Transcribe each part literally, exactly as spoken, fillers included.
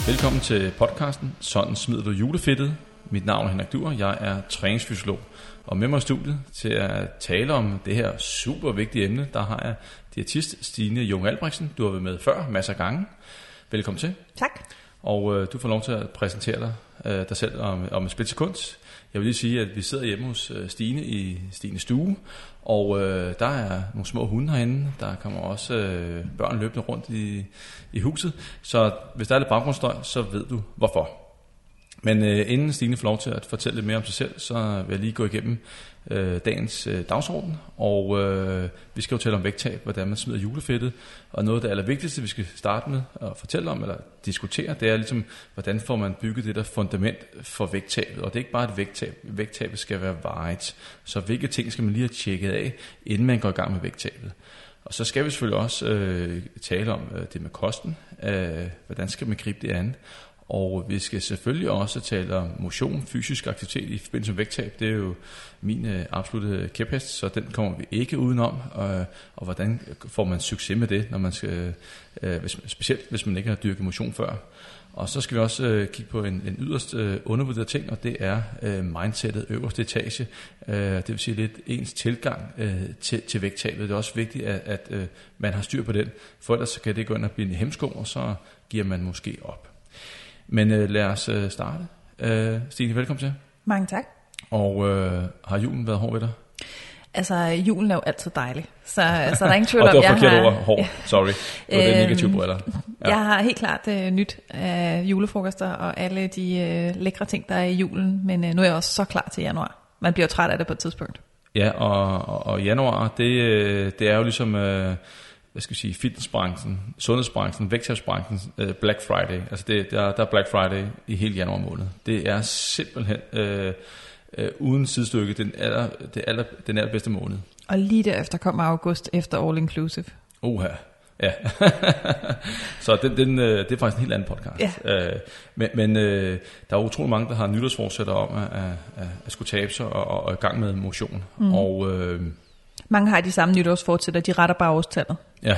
Velkommen til podcasten Sådan smider du julefedtet. Mit navn er Henrik Duer, jeg er træningsfysiolog. Og med mig i studiet til at tale om det her super vigtige emne, der har jeg diætist Stine Jung Albrechtsen. Du har været med før, masser af gange. Velkommen til. Tak. Og øh, du får lov til at præsentere dig, øh, dig selv om, om et splitsekund. Jeg vil lige sige, at vi sidder hjemme hos øh, Stine i Stines stue, og øh, der er nogle små hunde herinde. Der kommer også øh, børn løbende rundt i, i huset. Så hvis der er lidt baggrundsstøj, så ved du hvorfor. Men øh, inden Stine får lov til at fortælle lidt mere om sig selv, så vil jeg lige gå igennem øh, dagens øh, dagsorden. Og øh, vi skal jo tale om vægttab, hvordan man smider julefedtet. Og noget af det allervigtigste, vi skal starte med at fortælle om, eller diskutere, det er ligesom, hvordan får man bygget det der fundament for vægttabet. Og det er ikke bare et vægttab. Vægttabet skal være varigt. Så hvilke ting skal man lige have tjekket af, inden man går i gang med vægttabet. Og så skal vi selvfølgelig også øh, tale om øh, det med kosten. Øh, hvordan skal man gribe det an? Og vi skal selvfølgelig også tale om motion, fysisk aktivitet i forbindelse med vægttab. Det er jo min øh, absolutte kæphest, så den kommer vi ikke udenom. Og, og hvordan får man succes med det, når man skal, øh, hvis, specielt hvis man ikke har dyrket motion før. Og så skal vi også øh, kigge på en, en yderst øh, undervurderet ting, og det er øh, mindsetet, øverste etage. Øh, det vil sige lidt ens tilgang øh, til, til vægttabet. Det er også vigtigt, at, at øh, man har styr på den, for ellers så kan det gå ind og blive en hemsko, og så giver man måske op. Men øh, lad os øh, starte. Øh, Stine, velkommen til. Mange tak. Og øh, har julen været hård ved dig? Altså, julen er jo altid dejlig, så, så der er ingen tvivl om, jeg har... Og det var forkert har... over hård, sorry. Det var det negative briller. Ja. Jeg har helt klart øh, nyt af julefrokoster og alle de øh, lækre ting, der er i julen, men øh, nu er jeg også så klar til januar. Man bliver træt af det på et tidspunkt. Ja, og, og, og januar, det, det er jo ligesom... Øh, hvad skal vi sige, fitnessbranchen, sundhedsbranchen, vægttabsbranchen, øh, Black Friday. Altså det, der, der er Black Friday i hele januar måned. Det er simpelthen øh, øh, uden sidestykke den aller, det aller, den allerbedste måned. Og lige derefter kommer august efter All Inclusive. Uha, ja. Så den, den, øh, det er faktisk en helt anden podcast. Ja. Øh, men men øh, der er utrolig mange, der har nytårsforsætter om at, at, at, at skulle tabe sig og, og, og i gang med motion. Mm. Og... Øh, mange har de samme nytårsfortsætter, de retter bare årstallet. Ja,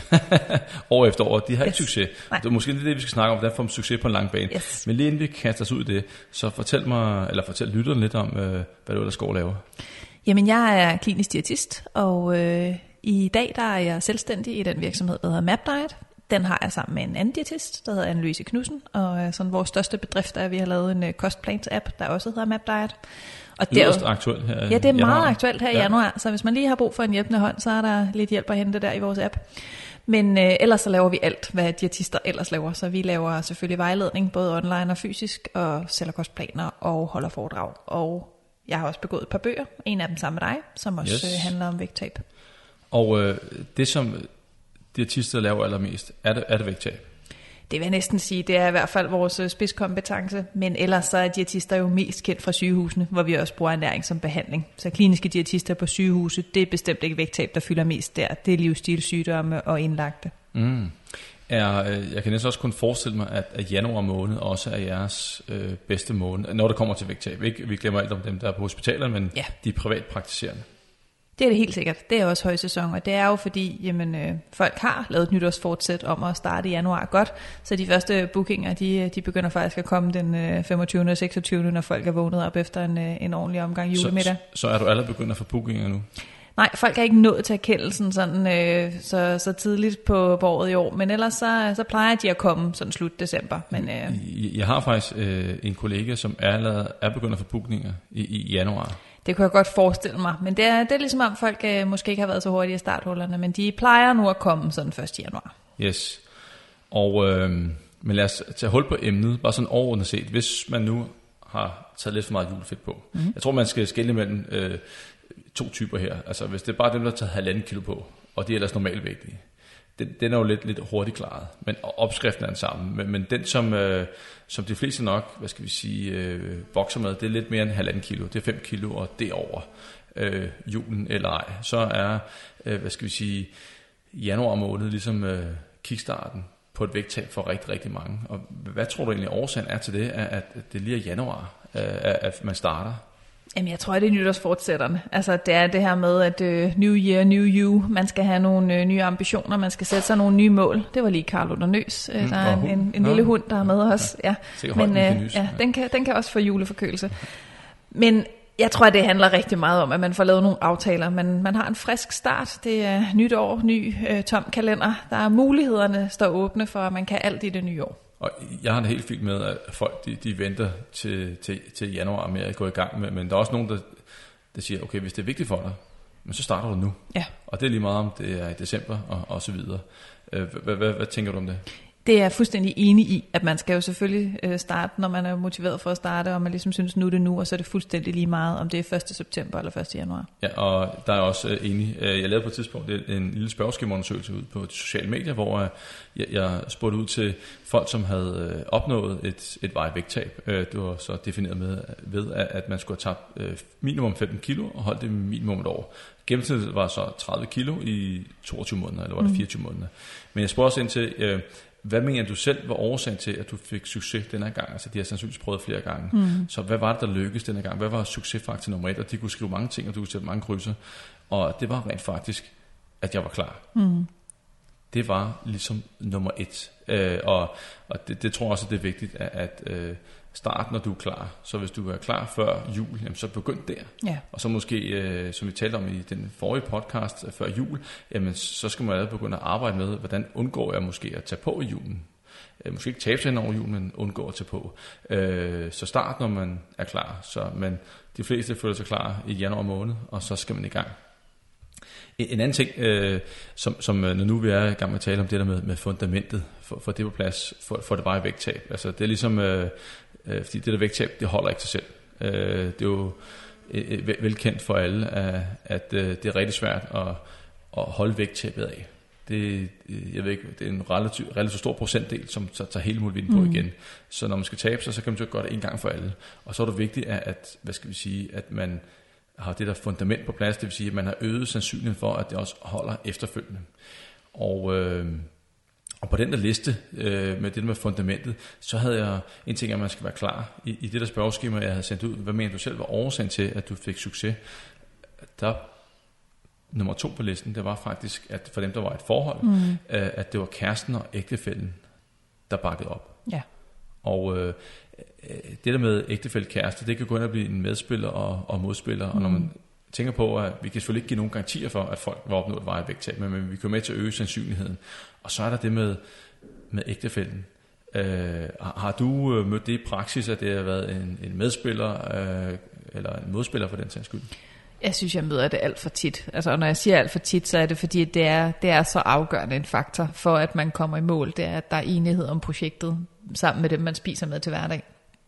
år efter år, de har yes. ikke succes. Nej. Det er måske det, vi skal snakke om, hvordan får man succes på en lang bane. Yes. Men lige inden vi kaster os ud i det, så fortæl mig, eller fortæl lytterne lidt om, øh, hvad du ellers går og laver. Jamen, jeg er klinisk diætist, og øh, i dag der er jeg selvstændig i den virksomhed, der hedder MapDiet. Den har jeg sammen med en anden diætist, der hedder Anne-Louise Knudsen, og sådan vores største bedrift er, at vi har lavet en kostplans-app, der også hedder MapDiet. Og det er jo aktuelt her ja, det er meget januar. aktuelt her i ja. januar, så hvis man lige har brug for en hjælpende hånd, så er der lidt hjælp at hente der i vores app. Men øh, ellers så laver vi alt, hvad diætister ellers laver, så vi laver selvfølgelig vejledning, både online og fysisk, og sælger kostplaner og holder foredrag. Og jeg har også begået et par bøger, en af dem sammen med dig, som også yes. øh, handler om vægttab. Og øh, det som diætister laver allermest, er det, er det vægttab? Det vil jeg næsten sige, det er i hvert fald vores spidskompetence, men ellers så er diætister jo mest kendt fra sygehusene, hvor vi også bruger ernæring som behandling. Så kliniske diætister på sygehuse, det er bestemt ikke vægttab, der fylder mest der. Det er livsstilssygdomme og indlagte. Mm. Er, jeg kan næsten også kun forestille mig, at, at januar måned også er jeres øh, bedste måned, når det kommer til vægttab. Ikke? Vi glemmer alt om dem, der er på hospitalerne, men ja. de privatpraktiserende. Det er det helt sikkert. Det er også højsæson, og det er jo fordi, jamen, øh, folk har lavet et nytårsfortsæt om at starte i januar godt, så de første bookinger, de, de begynder faktisk at komme den øh, femogtyvende og seksogtyvende, når folk er vågnet op efter en, øh, en ordentlig omgang julemiddag. Så, så er du allerede begyndt at få bookinger nu? Nej, folk er ikke nået til erkendelsen sådan, øh, så, så tidligt på, på året i år, men ellers så, så plejer de at komme sådan slut december. Men, øh, jeg har faktisk øh, en kollega, som er, allerede, er begyndt at få bookninger i, i januar. Det kunne jeg godt forestille mig, men det er, det er ligesom om folk øh, måske ikke har været så hurtige i starthullerne, men de plejer nu at komme sådan første januar. Yes, og øh, men lad os tage hul på emnet, bare sådan overordnet set, hvis man nu har taget lidt for meget julefedt på. Mm-hmm. Jeg tror, man skal skelne mellem øh, to typer her. Altså hvis det er bare dem, der har taget halvanden kilo på, og de er ellers normalvægtige. Den, den er jo lidt, lidt hurtigt klaret, men opskriften er den samme. Men, men den, som, øh, som de fleste nok, hvad skal vi sige, øh, vokser med, det er lidt mere end halvanden kilo. Det er fem kilo og derover øh, julen eller ej. Så er, øh, hvad skal vi sige, januar måned ligesom øh, kickstarten på et vægttab for rigtig, rigtig mange. Og hvad tror du egentlig årsagen er til det, at det lige er januar, at man starter? Jamen, jeg tror, det er nytårsfortsætterne. Altså, det er det her med, at uh, new year, new you. Man skal have nogle uh, nye ambitioner, man skal sætte sig nogle nye mål. Det var lige Carlo der nøs. Uh, mm, der er en, en, en lille hund, der er med os. Ja. Ja. Men uh, ja, den, kan, den kan også få juleforkølelse. Men jeg tror, det handler rigtig meget om, at man får lavet nogle aftaler. Man, man har en frisk start. Det er nyt år, ny uh, tom kalender. Der er mulighederne, står åbne for, at man kan alt i det nye år. Og jeg har det helt fint med, at folk de, de venter til, til, til januar med at gå i gang med, men der er også nogen, der, der siger, okay, hvis det er vigtigt for dig, men så starter du nu. Ja. Og det er lige meget om det er i december og, og så videre. Hvad, hvad, hvad tænker du om det? Det er jeg fuldstændig enig i, at man skal jo selvfølgelig starte, når man er motiveret for at starte, og man ligesom synes, nu er det nu, og så er det fuldstændig lige meget, om det er første september eller første januar. Ja, og der er også enig. Jeg lavede på et tidspunkt en lille spørgeskemaundersøgelse ud på de sociale medier, hvor jeg, jeg spurgte ud til folk, som havde opnået et, et varigt vægttab. Det var så defineret med, ved, at man skulle have tabt minimum femten kilo og holdt det minimum et år. Gennemsnittet var så tredive kilo i toogtyve måneder, eller var det fireogtyve måneder. Men jeg spurgte også ind til, hvad mener du selv var årsagen til, at du fik succes denne gang? Altså, de har sandsynligvis prøvet flere gange. Mm. Så hvad var det, der lykkedes denne gang? Hvad var succesfaktor nummer et? Og de kunne skrive mange ting, og du kunne sætte mange krydser. Og det var rent faktisk, at jeg var klar. Mm. Det var ligesom nummer et. Øh, og og det, det tror jeg også, det er vigtigt, at, at øh, starte, når du er klar. Så hvis du er klar før jul, jamen, så begynd der. Ja. Og så måske, øh, som vi talte om i den forrige podcast øh, før jul, jamen, så skal man allerede begynde at arbejde med, hvordan undgår jeg måske at tage på i julen. Øh, måske ikke tabe sig ind over julen, men undgå at tage på. Øh, så start, når man er klar. Så, men de fleste føler sig klar i januar måned, og så skal man i gang. En anden ting, øh, som, som når nu vi er i gang med at tale om det der med, med fundamentet, for, for det på plads, for, for det bare vægttab. Altså det er ligesom, øh, øh, fordi det der vægttab, det holder ikke sig selv. Øh, det er jo øh, velkendt for alle, at, at øh, det er rigtig svært at, at holde vægttabet af. Det, jeg ved ikke, det er en relativt, relativt stor procentdel, som tager hele muligheden på mm. igen. Så når man skal tabe sig, så kan man jo gøre det en gang for alle. Og så er det vigtigt, at, at hvad skal vi sige, at man har det der fundament på plads, det vil sige, at man har øget sandsynligheden for, at det også holder efterfølgende. Og, øh, og på den der liste, øh, med det med fundamentet, så havde jeg en ting, at man skal være klar. I, i det der spørgeskema, jeg havde sendt ud, hvad mener du selv var årsagen til, at du fik succes? Der nummer to på listen, det var faktisk, at for dem, der var et forhold, mm. øh, at det var kæresten og ægtefælden, der bakkede op. Ja. Og øh, det der med ægtefælle kæreste, det kan gå ind og blive en medspiller og, og modspiller, mm. og når man tænker på, at vi kan selvfølgelig ikke give nogen garantier for, at folk vil opnå et varigt vægttab, men, men vi kan med til at øge sandsynligheden. Og så er der det med, med ægtefælden. Øh, har du mødt det i praksis, at det har været en, en medspiller, øh, eller en modspiller for den sags skyld? Jeg synes, jeg møder det alt for tit. Altså, når jeg siger alt for tit, så er det fordi, det er, det er så afgørende en faktor for, at man kommer i mål. Det er, at der er enighed om projektet, sammen med dem, man spiser med til hverdag.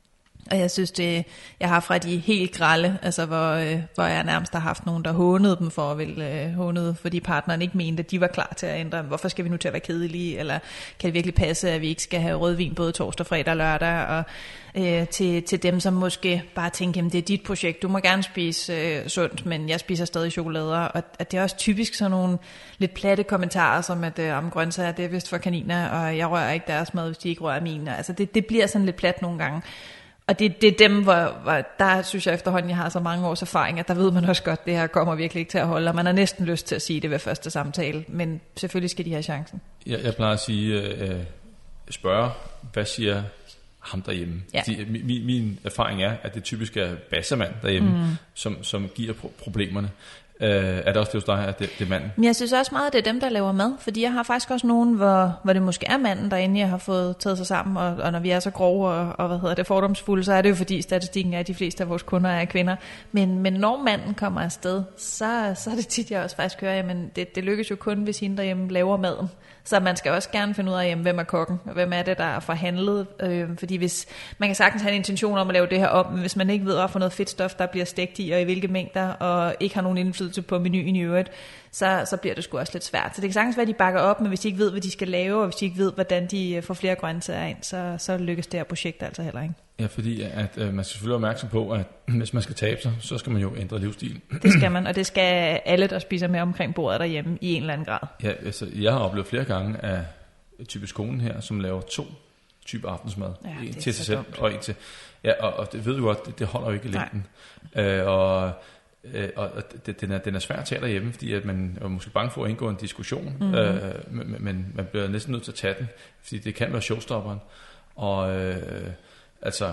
Og jeg synes, det, jeg har fra de helt grelle, altså hvor, øh, hvor jeg nærmest har haft nogen, der hånede dem for at ville øh, hånede, fordi partneren ikke mente, at de var klar til at ændre. Hvorfor skal vi nu til at være kedelige? Eller kan det virkelig passe, at vi ikke skal have rødvin både torsdag, fredag og lørdag? Og øh, til, til dem, som måske bare tænker, at det er dit projekt, du må gerne spise øh, sundt, men jeg spiser stadig chokolader. Og at det er også typisk sådan nogle lidt platte kommentarer, som at øh, om grøntsager, det er vist for kaniner, og jeg rører ikke deres mad, hvis de ikke rører mine. Altså det, det bliver sådan lidt plat nogle gange. Og det, det er dem, hvor, hvor der synes jeg efterhånden, jeg har så mange års erfaring, at der ved man også godt, at det her kommer virkelig ikke til at holde, og man har næsten lyst til at sige det ved første samtale, men selvfølgelig skal de have chancen. Jeg, jeg plejer at sige, øh, spørge, hvad siger ham derhjemme? Ja. De, min, min erfaring er, at det typisk er bassemand derhjemme, mm. som, som giver pro- problemerne. Uh, er det også det hos dig, at det, det er manden? Men jeg synes også meget, at det er dem, der laver mad. Fordi jeg har faktisk også nogen, hvor, hvor det måske er manden, der endelig har fået taget sig sammen. Og, og når vi er så grove og, og hvad hedder det, fordomsfulde, så er det jo fordi statistikken er, at de fleste af vores kunder er kvinder. Men, men når manden kommer afsted, så, så er det tit, jeg også faktisk hører, jamen det, det lykkes jo kun, hvis hende derhjemme laver maden. Så man skal også gerne finde ud af, jamen, hvem er kokken, og hvem er det, der er forhandlet. Øh, fordi hvis man kan sagtens have en intention om at lave det her om, men hvis man ikke ved, hvad for noget fedtstof, der bliver stegt i, og i hvilke mængder, og ikke har nogen indflydelse på menuen i øvrigt, så, så bliver det sgu også lidt svært. Så det kan sagtens være, at de bakker op, men hvis de ikke ved, hvad de skal lave, og hvis de ikke ved, hvordan de får flere grøntsager ind, så, så lykkes det her projekt altså heller ikke. Ja, fordi at, øh, man skal selvfølgelig være opmærksom på, at hvis man skal tabe sig, så skal man jo ændre livsstil. Det skal man, og det skal alle, der spiser med omkring bordet derhjemme i en eller anden grad. Ja, altså, jeg har oplevet flere gange af typisk konen her, som laver to type aftensmad. Ja, en til sig selv, dumt. og en til... Ja, og, og det ved du godt, det, det holder jo ikke i længden. Øh, og øh, og det, den, er, den er svær at tage derhjemme, fordi at man er måske bange for at indgå en diskussion, mm-hmm. øh, men, men man bliver næsten nødt til at tage den, fordi det kan være showstopperen. Og øh, altså,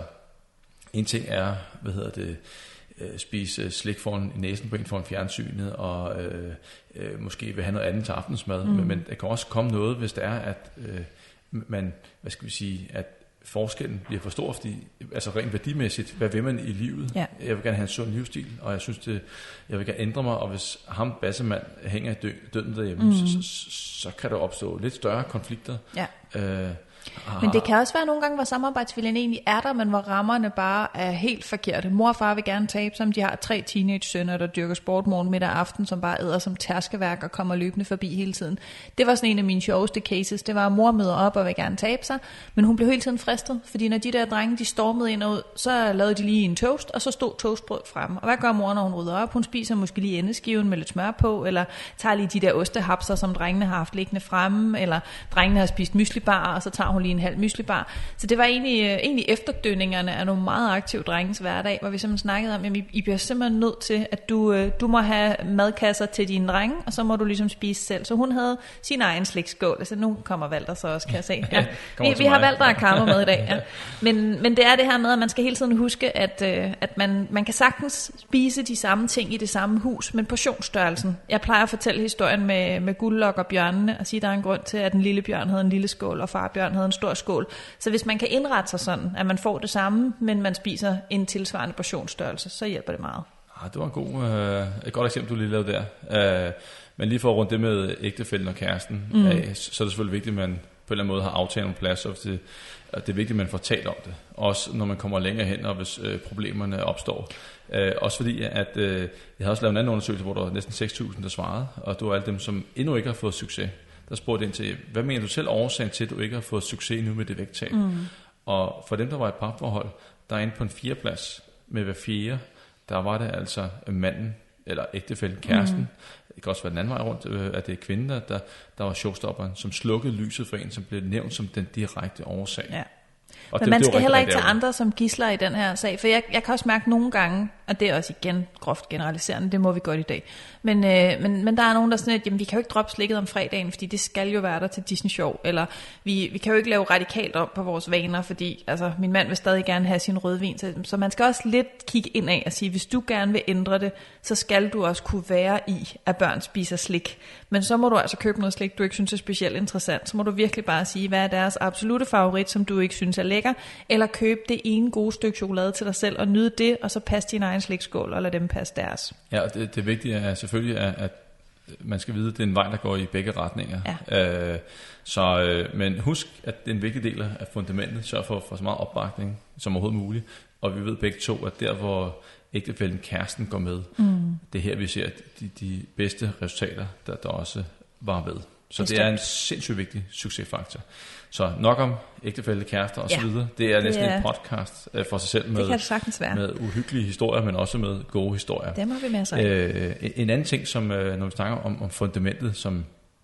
en ting er, hvad hedder det, øh, spise slik foran i næsen på en foran fjernsynet, og øh, øh, måske vil have noget andet til aftensmad, mm. men, men der kan også komme noget, hvis det er, at øh, man, hvad skal vi sige, at forskellen bliver for stor, fordi altså rent værdimæssigt, hvad vil man i livet? Ja. Jeg vil gerne have en sund livsstil, og jeg synes det, jeg vil gerne ændre mig, og hvis ham bassemand hænger i dø, døden derhjemme, mm. så, så, så kan der opstå lidt større konflikter. Ja. Øh, Men det kan også være nogle gange, hvor samarbejdsviljen egentlig er der, men hvor rammerne bare er helt forkerte. Mor og far vil gerne tabe sig, de har tre teenage-sønner, der dyrker sport morgen, middag og aften, som bare æder som tærskeværk og kommer løbende forbi hele tiden. Det var sådan en af mine sjoveste cases. Det var, at mor møder op og vil gerne tabe sig, men hun blev hele tiden fristet, fordi når de der drenge, de stormede ind og ud, så lavede de lige en toast, og så stod toastbrød frem. Og hvad gør mor, når hun rydder op? Hun spiser måske lige endeskiven med lidt smør på, eller tager lige de der ostehapser, som drengene har haft liggende fremme, eller drengene har spist myslibar, og så tager hun lige en halv myslibar. Så det var egentlig, egentlig efterdønningerne af nogle meget aktive drengens hverdag, hvor vi simpelthen snakkede om, at I bliver simpelthen nødt til, at du, du må have madkasser til dine drenge, og så må du ligesom spise selv. Så hun havde sin egen slikskål. Altså nu kommer Walter så også, kan jeg se. Ja. Vi, vi har Walter og Karma med i dag. Ja. Men, men det er det her med, at man skal hele tiden huske, at, at man, man kan sagtens spise de samme ting i det samme hus, men portionsstørrelsen. Jeg plejer at fortælle historien med, med Guldlok og bjørnene, og sige, at der er en grund til, at den lille bjørn havde en lille skål, og farbjørn havde en stor skål. Så hvis man kan indrette sig sådan, at man får det samme, men man spiser en tilsvarende portionsstørrelse, så hjælper det meget. Ah, det var en god, øh, et godt eksempel, du lige lavede der. Øh, men lige for at runde det med ægtefælden og kæresten, mm. af, så er det selvfølgelig vigtigt, at man på en eller anden måde har aftalt en plads, og det, det er vigtigt, at man får talt om det. Også når man kommer længere hen, og hvis øh, problemerne opstår. Øh, også fordi, at øh, jeg har også lavet en anden undersøgelse, hvor der var næsten seks tusind, der svarede, og det var alle dem, som endnu ikke har fået succes. Der spurgte ind til, hvad mener du selv årsagen til, at du ikke har fået succes nu med det vægttab? Mm. Og for dem, der var i parforhold, der er inde på en fjerdeplads med hver fjerde, der var det altså manden, eller ægtefælden, kæresten. Mm. Det kan også være den anden vej rundt, at det er kvinden, der, der var showstopperen, som slukkede lyset for en, som blev nævnt som den direkte årsag. Ja. Og Men det, man det skal heller ikke tage tage andre som gidsler i den her sag, for jeg, jeg kan også mærke nogle gange, og det er også igen groft generaliserende, det må vi godt i dag, men, øh, men, men der er nogen, der sådan, at jamen, vi kan jo ikke droppe slikket om fredagen, fordi det skal jo være der til Disney Sjov, eller vi, vi kan jo ikke lave radikalt om på vores vaner, fordi altså, min mand vil stadig gerne have sin rødvin, så, så man skal også lidt kigge ind af og sige, hvis du gerne vil ændre det, så skal du også kunne være i, at børn spiser slik, men så må du altså købe noget slik, du ikke synes er specielt interessant, så må du virkelig bare sige, hvad er deres absolute favorit, som du ikke synes er lækker, eller køb det ene gode stykke chokolade til dig selv og nyde det, og så passe din egen slikskål, og lad dem passe deres. Ja, og det, det vigtige er selvfølgelig, at, at man skal vide, at det er en vej, der går i begge retninger. Ja. Øh, så, øh, men husk, at det er en vigtig del af fundamentet. Sørg for, for så meget opbakning som overhovedet muligt. Og vi ved begge to, at der, hvor ægtefælden kæresten går med, mm. det er her, vi ser de, de bedste resultater, der, der også var ved. Så det, det er en sindssygt vigtig succesfaktor. Så nok om ægtefælle, kærester og ja. så videre. Det er næsten det er, en podcast uh, for sig selv med, med uhyggelige historier, men også med gode historier. Det må vi med sig. Uh, en anden ting, som uh, når vi snakker om, om fundamentet, som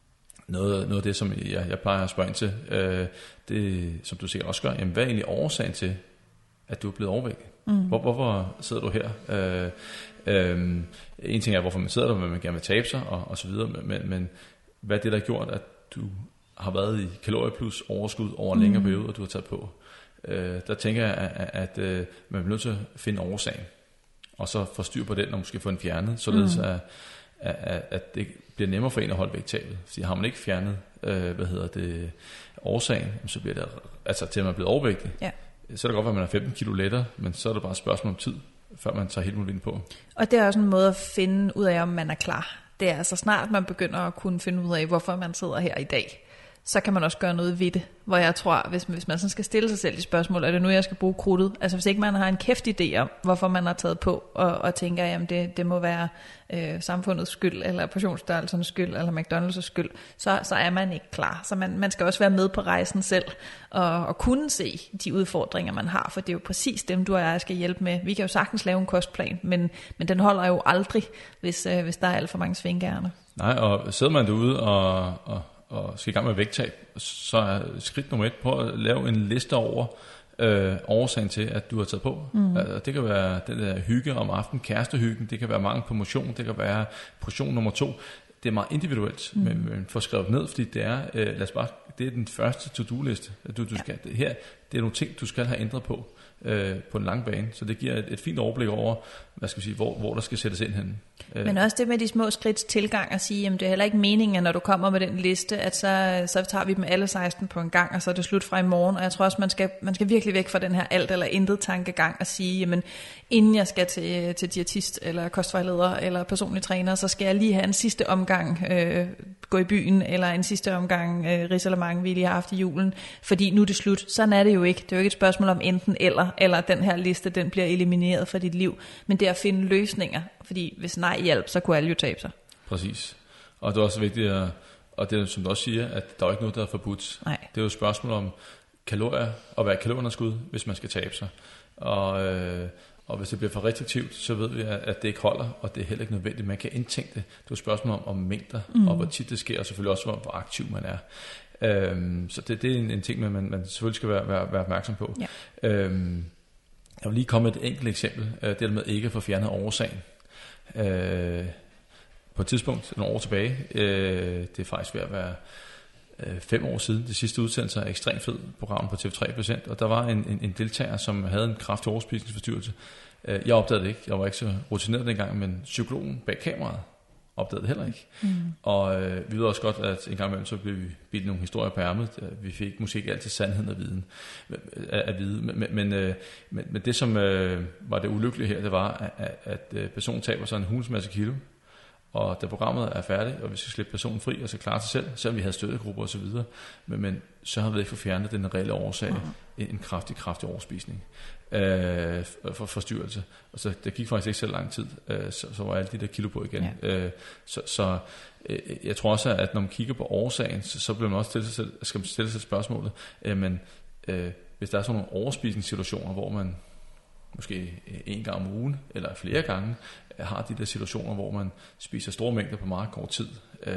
noget, noget af det, som jeg, jeg plejer at spørge ind til, uh, det, som du sikkert også gør, jamen, hvad er egentlig årsagen til, at du er blevet overvægtig? Mm. Hvor, hvorfor sidder du her? Uh, uh, en ting er, hvorfor man sidder der, men man gerne vil tabe sig og, og så videre, men, men hvad er det, der har gjort, at du har været i kalorieplus overskud over en mm. længere periode, og du har taget på. Øh, der tænker jeg, at, at, at man bliver nødt til at finde årsagen, og så få styr på den, og måske få den fjernet, således mm. at, at, at det bliver nemmere for en at holde vægttabet. Fordi har man ikke fjernet, øh, hvad hedder det, årsagen, så bliver det, altså til at man er blevet overvægtig, ja. så er det godt, at man er femten kilo lettere, men så er det bare et spørgsmål om tid, før man tager helt muligt ind på. Og det er også en måde at finde ud af, om man er klar. Det er altså snart, man begynder at kunne finde ud af, hvorfor man sidder her i dag. Så kan man også gøre noget ved det, hvor jeg tror, hvis, hvis man sådan skal stille sig selv de spørgsmål, er det nu, jeg skal bruge krudtet? Altså hvis ikke man har en kæft idé om, hvorfor man har taget på, og, og tænker, jamen det, det må være øh, samfundets skyld, eller portionsstørrelsernes skyld, eller McDonald's skyld, så, så er man ikke klar. Så man, man skal også være med på rejsen selv, og, og kunne se de udfordringer, man har, for det er jo præcis dem, du og jeg skal hjælpe med. Vi kan jo sagtens lave en kostplan, men, men den holder jo aldrig, hvis, øh, hvis der er alt for mange svingærne. Nej, og sidder man derude og... og og skal i gang med vægttab, så er skridt nummer et på at lave en liste over øh, årsagen til, at du har taget på. Mm. Altså, det kan være den der hygge om aftenen, kærestehyggen, det kan være mangel på motion, det kan være portion nummer to. Det er meget individuelt, mm. men, men få skrevet ned, fordi det er, øh, lad os bare, det er den første to-do-liste, du, du skal, det her, det er nogle ting, du skal have ændret på, øh, på en lang bane, så det giver et, et fint overblik over, hvad skal vi sige, hvor, hvor der skal sættes ind hen. Men også det med de små skridts tilgang at sige, jamen det er heller ikke meningen, at når du kommer med den liste, at så, så tager vi dem alle seksten på en gang, og så er det slut fra i morgen. Og jeg tror også, man skal, man skal virkelig væk fra den her alt eller intet tankegang og sige, jamen inden jeg skal til, til diætist eller kostvejleder eller personlig træner, så skal jeg lige have en sidste omgang øh, gå i byen, eller en sidste omgang øh, risalemang, vi lige har haft i julen, fordi nu er det slut. Sådan er det jo ikke. Det er jo ikke et spørgsmål om enten eller, eller den her liste, den bliver elimineret fra dit liv, men det er at finde løsninger, fordi hvis nej hjælp, så kunne alle jo tabe sig. Præcis. Og det er også vigtigt, at, og det er som du også siger, at der er ikke noget, der er forbudt. Nej. Det er jo et spørgsmål om kalorier, og hvad er kalorieunderskud, hvis man skal tabe sig. Og, øh, og hvis det bliver for restriktivt, så ved vi, at det ikke holder, og det er heller ikke nødvendigt. Man kan indtænke det. Det er et spørgsmål om, om mængder, mm. og hvor tit det sker, og selvfølgelig også, hvor, hvor aktiv man er. Øhm, så det, det er en, en ting, man, man selvfølgelig skal være, være, være opmærksom på. Ja. Øhm, jeg vil lige komme med et enkelt eksempel. Det der med ikke at få fjernet årsagen. Øh, på et tidspunkt, nogle år tilbage, øh, det er faktisk ved at være øh, fem år siden, det sidste udsendelse af Ekstremt Fed, programmet på T V tre procent, og der var en, en, en deltager, som havde en kraftig overspisningsforstyrrelse. Øh, jeg opdagede det ikke, jeg var ikke så rutineret dengang, men psykologen bag kameraet opdagede det heller ikke. Mm. Og øh, vi ved også godt, at en gang imellem, så blev vi bildt nogle historier på ærmet. Vi fik måske ikke altid sandheden af viden. At vide. Men, men, øh, men, men det, som øh, var det ulykkelige her, det var, at, at personen taber sig en hulens masse kilo. Og da programmet er færdigt, og vi skal slippe personen fri og så klare sig selv, selvom vi havde støttegrupper osv., men, men så har vi ikke fået fjernet den reelle årsag, uh-huh. en, en kraftig, kraftig overspisning øh, for forstyrrelse. Og så det gik faktisk ikke så lang tid, øh, så, så var alle de der kilo på igen. Ja. Øh, så så øh, jeg tror også, at når man kigger på årsagen, så, så bliver man også stille sig selv, skal man stille sig spørgsmålet, øh, men øh, hvis der er sådan nogle overspisningssituationer, hvor man måske en gang om ugen, eller flere gange, har de der situationer, hvor man spiser store mængder på meget kort tid, øh,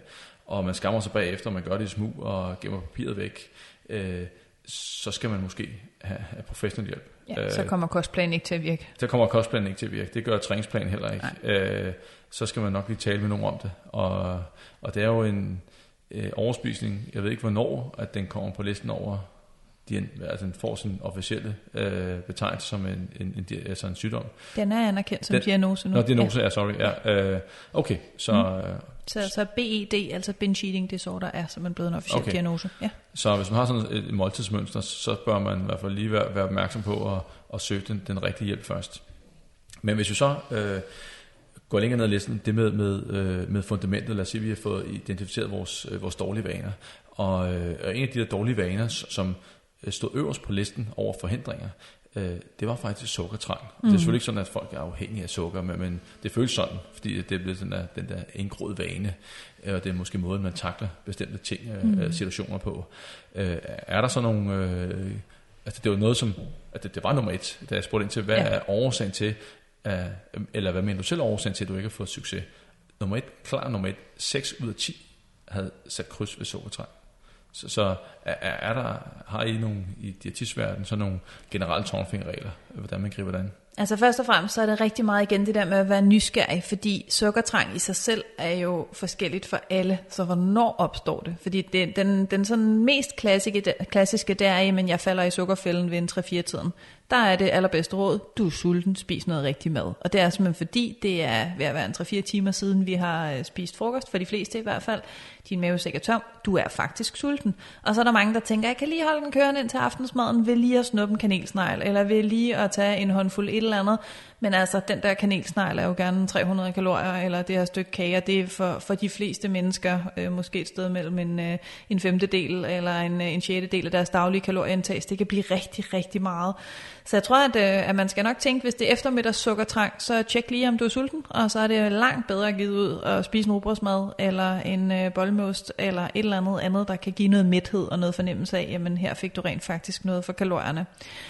og man skammer sig bagefter, og man gør det i smug og gemmer papiret væk, øh, så skal man måske have, have professionel hjælp. Ja, så kommer kostplanen ikke til at virke. Så kommer kostplanen ikke til at virke. Det gør træningsplanen heller ikke. Øh, så skal man nok lige tale med nogen om det. Og, og det er jo en øh, overspisning, jeg ved ikke hvornår, at den kommer på listen over, de, altså den får sin officielle øh, betegnelse som en, en, en, altså en sygdom. Den er anerkendt som den, diagnose nu. Nå, diagnose, ja, ja sorry. Ja, øh, okay, så... Mm. Så, så B E D, altså binge eating disorder, er simpelthen blevet en officiel okay. diagnose. Ja. Så hvis man har sådan et måltidsmønster, så bør man i hvert fald lige være, være opmærksom på at, at søge den, den rigtige hjælp først. Men hvis vi så øh, går længere ned ad listen, det med, med, øh, med fundamentet, lad os sige, at vi har fået identificeret vores, øh, vores dårlige vaner. Og, øh, og en af de der dårlige vaner, som stod øverst på listen over forhindringer, øh, det var faktisk sukkertrang. Mm. Det er selvfølgelig ikke sådan, at folk er afhængige af sukker, men, men det føles sådan, fordi det er blevet den der, den der indgroede vane, og det er måske måden, man takler bestemte ting, mm. situationer på. Øh, er der så nogle... Øh, altså det var noget som... At det, det var nummer et, da jeg spurgte ind til, hvad ja. er årsagen til, uh, eller hvad mener du selv årsagen til, at du ikke har fået succes? Nummer et, klar nummer et, seks ud af ti havde sat kryds ved sukkertrang. Så, så er, er der, har I nogle i diætistverdenen så nogle generelle tommelfingerregler, hvordan man griber det an? Altså først og fremmest så er det rigtig meget igen det der med at være nysgerrig, fordi sukkertrang i sig selv er jo forskelligt for alle, så hvornår opstår det? Fordi det, den, den sådan mest klassiske, klassiske det er, at jeg falder i sukkerfælden ved en tre fire tiden. Der er det allerbedste råd, du er sulten, spis noget rigtig mad. Og det er simpelthen fordi, det er ved at være en tre fire timer siden, vi har spist frokost, for de fleste i hvert fald. Din mavesæk er tom, du er faktisk sulten. Og så er der mange, der tænker, jeg kan lige holde den kørende ind til aftensmaden, ved lige at snuppe en kanelsnegl, eller ved lige at tage en håndfuld et eller andet. Men altså, den der kanelsnegl er jo gerne tre hundrede kalorier, eller det her stykke kage, det er for, for de fleste mennesker øh, måske et sted mellem en, øh, en femtedel eller en, en sjettedel af deres daglige kalorieindtag. Det kan blive rigtig, rigtig meget. Så jeg tror, at, øh, at man skal nok tænke, hvis det er eftermiddags sukkertrang, så tjek lige, om du er sulten, og så er det langt bedre givet ud at spise en rugbrødsmad, eller en øh, boldmost, eller et eller andet andet, der kan give noget mæthed og noget fornemmelse af, jamen her fik du rent faktisk noget for kalorierne.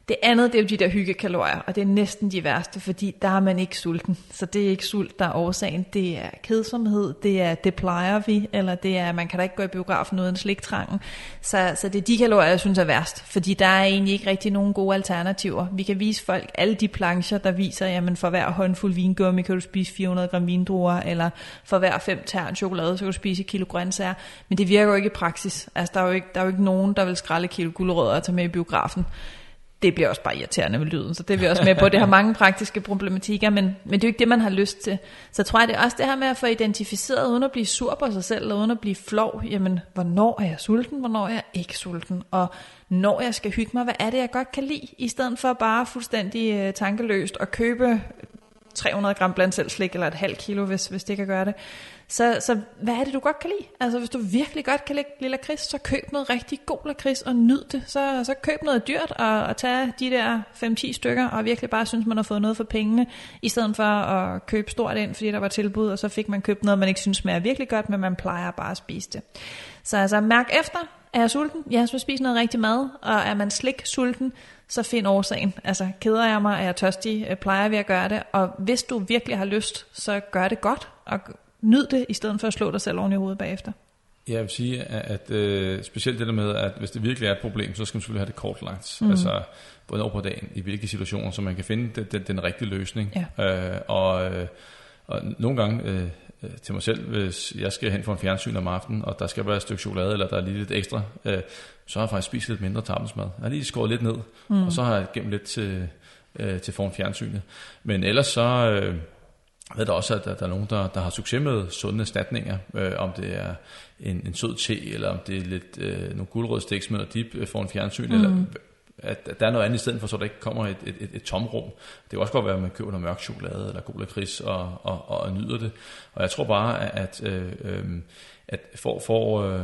Det andet, det er jo de der hyggekalorier, og det er næsten de værste, fordi der er man ikke sulten. Så det er ikke sult, der er årsagen. Det er kedsomhed, det er det plejer vi, eller det er, man kan da ikke gå i biografen uden sliktrangen. Så, så det er de kalorier, jeg synes er værst, fordi der er egentlig ikke rigtig nogen gode alternativer. Vi kan vise folk alle de plancher, der viser, jamen for hver håndfuld vingummi kan du spise fire hundrede gram vindruer, eller for hver fem tern chokolade, så kan du spise et kilo grøntsager. Men det virker jo ikke i praksis. Altså, der er jo ikke, der er jo ikke nogen, der vil skrælle kilo gulerødder og tage med i biografen. Det bliver også bare irriterende med lyden, så det er vi også med på. Det har mange praktiske problematikker, men, men det er jo ikke det, man har lyst til. Så tror jeg, det er også det her med at få identificeret, uden at blive sur på sig selv, eller uden at blive flov. Jamen, hvornår er jeg sulten, hvornår er jeg ikke sulten? Og når jeg skal hygge mig, hvad er det, jeg godt kan lide? I stedet for bare fuldstændig øh, tankeløst at købe tre hundrede gram blandt selv slik, eller et halvt kilo, hvis, hvis det kan gøre det. Så, så hvad er det, du godt kan lide? Altså, hvis du virkelig godt kan lide lakrids, så køb noget rigtig god lakrids og nyd det. Så, så køb noget dyrt og, og tag de der fem til ti stykker, og virkelig bare synes, man har fået noget for pengene, i stedet for at købe stort ind, fordi der var tilbud, og så fik man købt noget, man ikke synes smager virkelig godt, men man plejer bare at spise det. Så altså, mærk efter. Er jeg sulten? Ja, så spise noget rigtig mad. Og er man slik sulten, så find årsagen. Altså, keder jeg mig, er jeg tørstig, plejer vi at gøre det. Og hvis du virkelig har lyst, så gør det godt, og nyd det, i stedet for at slå dig selv oven i hovedet bagefter. Jeg vil sige, at, at øh, specielt det der med, at hvis det virkelig er et problem, så skal man selvfølgelig have det kortlagt. Mm. Altså, hvornår på dagen, i hvilke situationer, så man kan finde den, den, den rigtige løsning. Ja. Øh, og, øh, og nogle gange øh, til mig selv, hvis jeg skal hen for en fjernsyn om aftenen, og der skal være et stykke chokolade, eller der er lige lidt ekstra, øh, så har jeg faktisk spist lidt mindre aftensmad. Jeg har lige skåret lidt ned, mm. og så har jeg gemt lidt til, øh, til foran fjernsynet. Men ellers så øh, ved der også, at der, der er nogen, der, der har succes med sunde erstatninger, øh, om det er en, en sød te, eller om det er lidt øh, nogle guldrødsteks med noget dip øh, foran fjernsyn, mm. eller at der er noget andet i stedet for, så der ikke kommer et, et, et, et tomrum. Det kan også godt være, at man køber noget mørk chokolade eller god lakrids og, og, og, og nyder det. Og jeg tror bare, at, øh, øh, at for, for øh,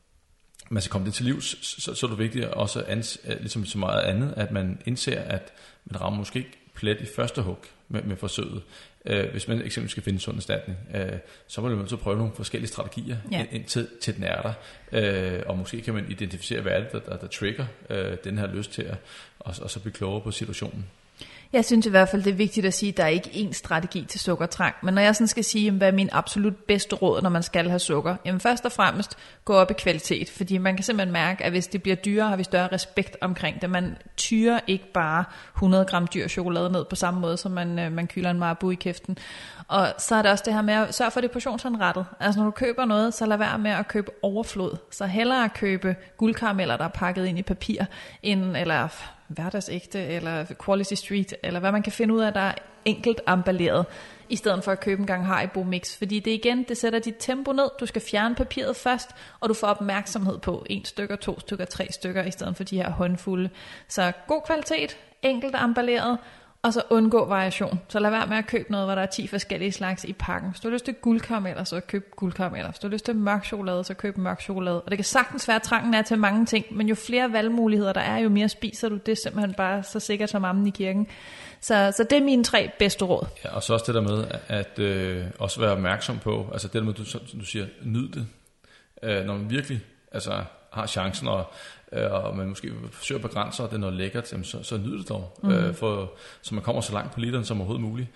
man skal komme det til livs, så, så er det vigtigt også, ans, ligesom så meget andet, at man indser, at man rammer måske ikke plet i første hug med, med forsøget. Uh, hvis man eksempelvis skal finde en sund erstatning, uh, så må man så prøve nogle forskellige strategier, ja. indtil til den er der. Uh, og måske kan man identificere, hvad er det, der, der, der trigger uh, den her lyst til at og, og så blive klogere på situationen. Jeg synes i hvert fald, det er vigtigt at sige, at der er ikke én strategi til sukkertrang. Men når jeg sådan skal sige, hvad er min absolut bedste råd, når man skal have sukker, jamen først og fremmest gå op i kvalitet. Fordi man kan simpelthen mærke, at hvis det bliver dyrere, har vi større respekt omkring det. Man tyrer ikke bare hundrede gram dyr chokolade ned på samme måde, som man, man kylder en Marabou i kæften. Og så er det også det her med at sørge for det portionsanrettet. Altså når du køber noget, så lad være med at købe overflod. Så hellere købe guldkarameller, der er pakket ind i papir, end, eller hverdagsægte, eller Quality Street, eller hvad man kan finde ud af, der er enkelt emballeret, i stedet for at købe en gang Haribo Mix. Fordi det igen, det sætter dit tempo ned, du skal fjerne papiret først, og du får opmærksomhed på en stykker, to stykker, tre stykker, i stedet for de her håndfulde. Så god kvalitet, enkelt emballeret, og så undgå variation. Så lad være med at købe noget, hvor der er ti forskellige slags i pakken. Hvis du har lyst til guldkarameller, så køb guldkarameller. Hvis du har lyst til mørk chokolade, så køb mørk chokolade. Og det kan sagtens være, at trangen er til mange ting, men jo flere valgmuligheder der er, jo mere spiser du. Det er simpelthen bare så sikkert som ammen i kirken. Så, så det er mine tre bedste råd. Ja, og så også det der med, at øh, også være opmærksom på, altså det der med, du, du siger, nyd det. Øh, når man virkelig altså, har chancen, og og man måske forsøger at begrænse, og det er noget lækkert, så, så nyder det dog, mm. øh, for, så man kommer så langt på literen som overhovedet muligt.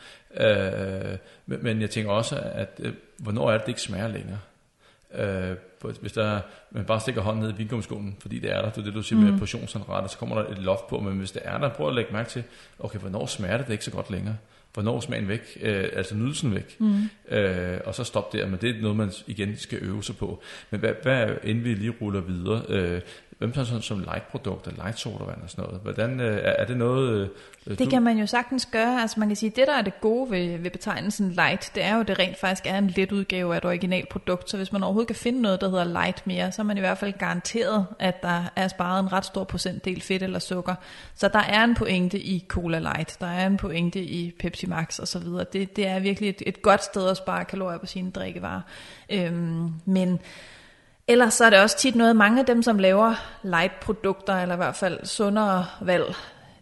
Øh, men, men jeg tænker også, at øh, hvornår er det, det ikke smager længere? Øh, hvis der, man bare stikker hånden ned i vingummiskålen, fordi det er der, det er det, du siger mm. med portionsanrettet, så kommer der et loft på, men hvis det er der, prøv at lægge mærke til, okay, hvornår smager det, det ikke så godt længere? Hvornår smagen væk, øh, altså nydelsen væk, mm. øh, og så stop der, men det er noget, man igen skal øve sig på. Men hvad, hvad inden vi lige ruller videre, øh, hvem tager sådan som light-produkter, light-sodavand og sådan noget? Hvordan, øh, er det noget... Øh, det du... kan man jo sagtens gøre. Altså man kan sige, det der er det gode ved, ved betegnelsen light, det er jo, det rent faktisk er en let udgave af et originalt produkt. Så hvis man overhovedet kan finde noget, der hedder light mere, så er man i hvert fald garanteret, at der er sparet en ret stor procentdel fedt eller sukker. Så der er en pointe i Cola Light, der er en pointe i Pepsi Max og så videre. Det, det er virkelig et, et godt sted at spare kalorier på sine drikkevarer. Øhm, men... Ellers så er det også tit noget, mange af dem, som laver light-produkter, eller i hvert fald sundere valg,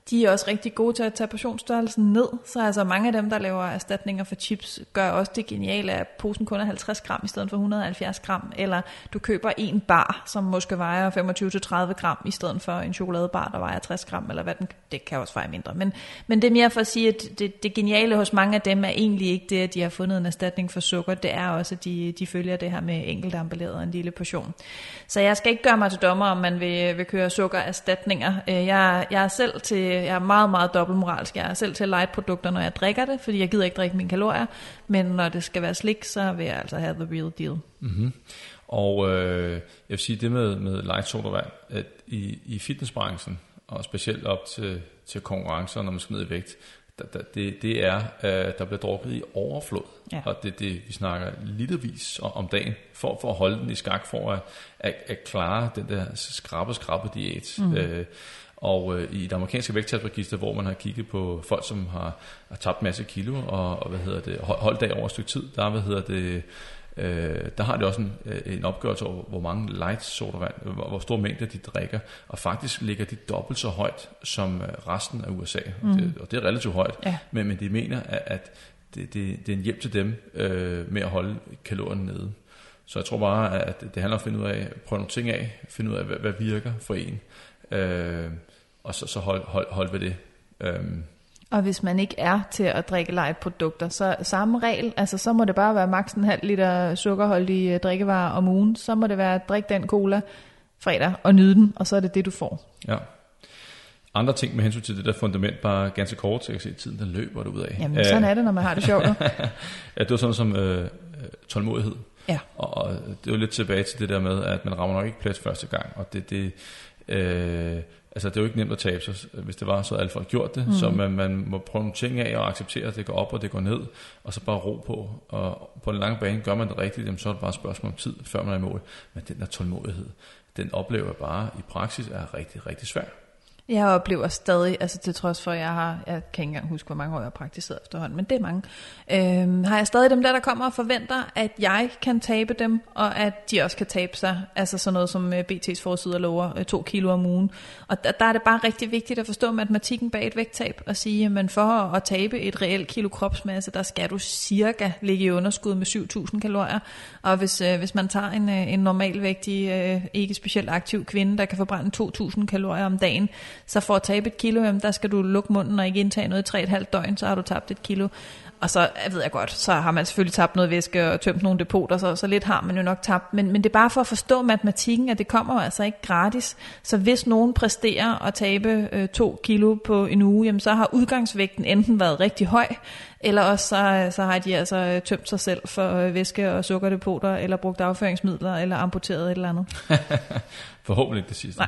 De er også rigtig gode til at tage portionsstørrelsen ned, så altså mange af dem, der laver erstatninger for chips, gør også det geniale, at posen kun er halvtreds gram i stedet for et hundrede og halvfjerds gram, eller du køber en bar, som måske vejer femogtyve til tredive gram, i stedet for en chokoladebar, der vejer tres gram, eller hvad den, det kan også veje mindre. Men, men det er mere for at sige, at det, det geniale hos mange af dem er egentlig ikke det, at de har fundet en erstatning for sukker, det er også, at de, de følger det her med enkelt emballeret og en lille portion. Så jeg skal ikke gøre mig til dommer, om man vil, vil køre sukkererstatninger. Jeg, jeg er selv til, jeg er meget, meget dobbeltmoralsk. Jeg er selv til light-produkter, når jeg drikker det, fordi jeg gider ikke drikke mine kalorier. Men når det skal være slik, så vil jeg altså have the real deal. Mm-hmm. Og øh, jeg vil sige det med, med light sodavand, at i, i fitnessbranchen, og specielt op til, til konkurrencer, når man skal ned i vægt, der, der, det, det er, øh, der bliver drukket i overflod. Ja. Og det, det, vi snakker litervis om dagen, for, for at holde den i skak, for at, at, at klare den der skrabe-skrabe-diæt. Mm. Øh, og øh, i det amerikanske vægttabsregister, hvor man har kigget på folk, som har, har tabt en masse kilo, og, og hvad hedder det, holdt dag over et stykke tid, der, hvad hedder det, øh, der har det også en, en opgørelse over, hvor mange light sodavand, hvor, hvor stor mængde de drikker, og faktisk ligger de dobbelt så højt som resten af U S A. Mm. Det, og det er relativt højt, ja. men, men de mener, at, at det, det, det er en hjælp til dem øh, med at holde kalorien nede. Så jeg tror bare, at det handler om at finde ud af, prøve nogle ting af, finde ud af, hvad, hvad virker for en, øh, og så, så hold, hold, hold ved det. Um. Og hvis man ikke er til at drikke light-produkter, så samme regel, altså så må det bare være maks en halv liter sukkerholdige drikkevarer om ugen, så må det være at drikke den cola fredag og nyde den, og så er det det, du får. Ja. Andre ting med hensyn til det der fundament, bare ganske kort, så jeg kan se, at tiden den løber derud af. Jamen sådan er det, når man har det sjovt. Ja, det var sådan som øh, tålmodighed. Ja. Og det er jo lidt tilbage til det der med, at man rammer nok ikke plads første gang, og det, det øh, altså det er jo ikke nemt at tabe sig. Hvis det var, så havde alle folk gjort det, mm. så man, man må prøve nogle ting af og acceptere, at det går op og det går ned, og så bare ro på. Og på en lang bane gør man det rigtigt, jamen, så er det bare et spørgsmål om tid, før man er i mål. Men den der tålmodighed, den oplever jeg bare i praksis er rigtig, rigtig svær. Jeg oplever stadig, altså til trods for, at jeg har, jeg kan ikke engang huske, hvor mange år jeg har praktiseret efterhånden, men det er mange, øhm, har jeg stadig dem der, der kommer og forventer, at jeg kan tabe dem, og at de også kan tabe sig, altså sådan noget som B T's forsider lover, to kilo om ugen. Og der, der er det bare rigtig vigtigt at forstå matematikken bag et vægttab, og sige, at for at tabe et reelt kilo kropsmasse, der skal du cirka ligge i underskud med syv tusind kalorier, og hvis, øh, hvis man tager en, en normalvægtig, øh, ikke specielt aktiv kvinde, der kan forbrænde to tusind kalorier om dagen, så for at tabe et kilo, jamen, der skal du lukke munden og ikke indtage noget i tre et halvt døgn, så har du tabt et kilo. Og så ved jeg godt, så har man selvfølgelig tabt noget væske og tømt nogle depoter, så, så lidt har man jo nok tabt. Men, men det er bare for at forstå matematikken, at det kommer altså ikke gratis. Så hvis nogen præsterer at tabe øh, to kilo på en uge, jamen, så har udgangsvægten enten været rigtig høj, eller også så, så har de altså tømt sig selv for øh, væske og sukkerdepoter, eller brugt afføringsmidler, eller amputeret et eller andet. Forhåbentlig det sidste.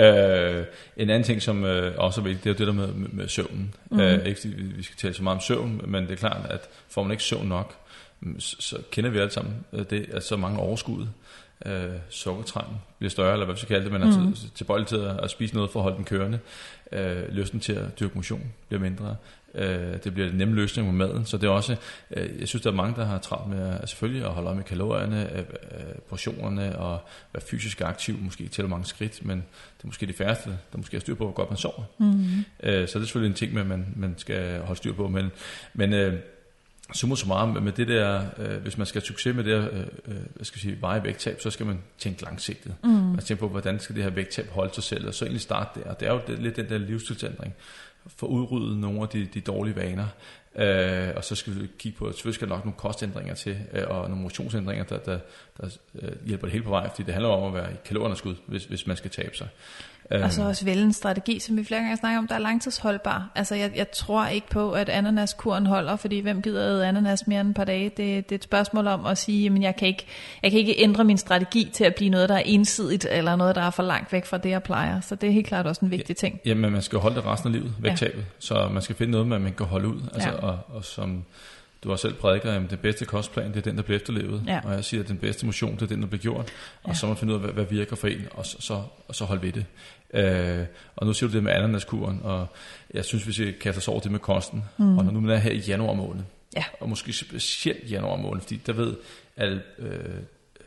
Øh, en anden ting, som øh, også er vigtigt, det er jo det der med, med, med søvnen. Mm. Øh, ikke fordi vi skal tale så meget om søvn, men det er klart, at får man ikke søvn nok, så, så kender vi alle sammen det, at så mange overskud. Øh, sukkertrangen bliver større, eller hvad vi skal kalde det, men mm. er til, tilbøjelig til at, at spise noget for at holde den kørende. Øh, lysten til at dyrke motion bliver mindre. Øh, det bliver en nem løsning med maden, så det er også, øh, jeg synes der er mange der har travlt med at, selvfølgelig at holde øje med kalorierne, øh, portionerne og være fysisk aktiv, måske tælle mange skridt, men det er måske de færreste, der måske har styr på hvor godt man sover. Mm. Øh, så det er selvfølgelig en ting med man, man skal holde styr på, men, men øh, summa summarum med det der, øh, hvis man skal have succes med det her, øh, hvad skal jeg sige, veje vægttab, så skal man tænke langsigtet. Mm. Man skal tænke på, hvordan skal det her vægttab holde sig selv, og så egentlig starte der. Og det er jo det, lidt den der livsstilsændring, for at udrydde nogle af de, de dårlige vaner. Øh, og så skal vi kigge på, at selvfølgelig skal der nok nogle kostændringer til, øh, og nogle motionsændringer, der, der, der øh, hjælper det hele på vej, fordi det handler om at være i kalorieunderskud, hvis, hvis man skal tabe sig. Og så også vælge en strategi, som vi flere gange snakker om, der er langtidsholdbar. Altså jeg, jeg tror ikke på, at ananaskuren holder, fordi hvem gider æde ananas mere end et par dage? Det, det er et spørgsmål om at sige, at jeg kan, ikke, jeg kan ikke ændre min strategi til at blive noget, der er ensidigt, eller noget, der er for langt væk fra det, jeg plejer. Så det er helt klart også en vigtig ting. Jamen man skal holde det resten af livet, vægttabet. Ja. Så man skal finde noget, man kan holde ud. Altså, ja. og, og som du har selv prædiker, at den bedste kostplan, det er den, der bliver efterlevet. Ja. Og jeg siger, at den bedste motion, det er den, der bliver gjort. Og ja. så må man finde ud af, hvad, hvad virker for en, og så, så, og så holde ved det. Øh, og nu siger du det med ananaskuren, og jeg synes, vi skal kaste os over det med kosten. Mm. Og når nu man er her i januar måned, ja. og måske specielt januar måned, fordi der ved alle øh,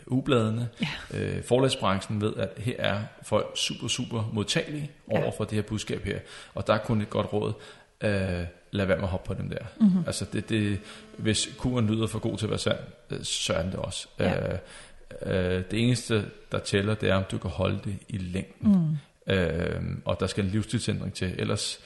ugebladene. Ja. Øh, forlagsbranchen ved, at her er folk super, super modtagelige over ja. for det her budskab her. Og der er kun et godt råd. Øh, lad være med at hoppe på dem der. Mm-hmm. Altså det, det, hvis kuren lyder for god til at være sand, så er det også. Ja. Øh, øh, det eneste, der tæller, det er, om du kan holde det i længden. Mm. Øh, og der skal en livsstilsændring til. Ellers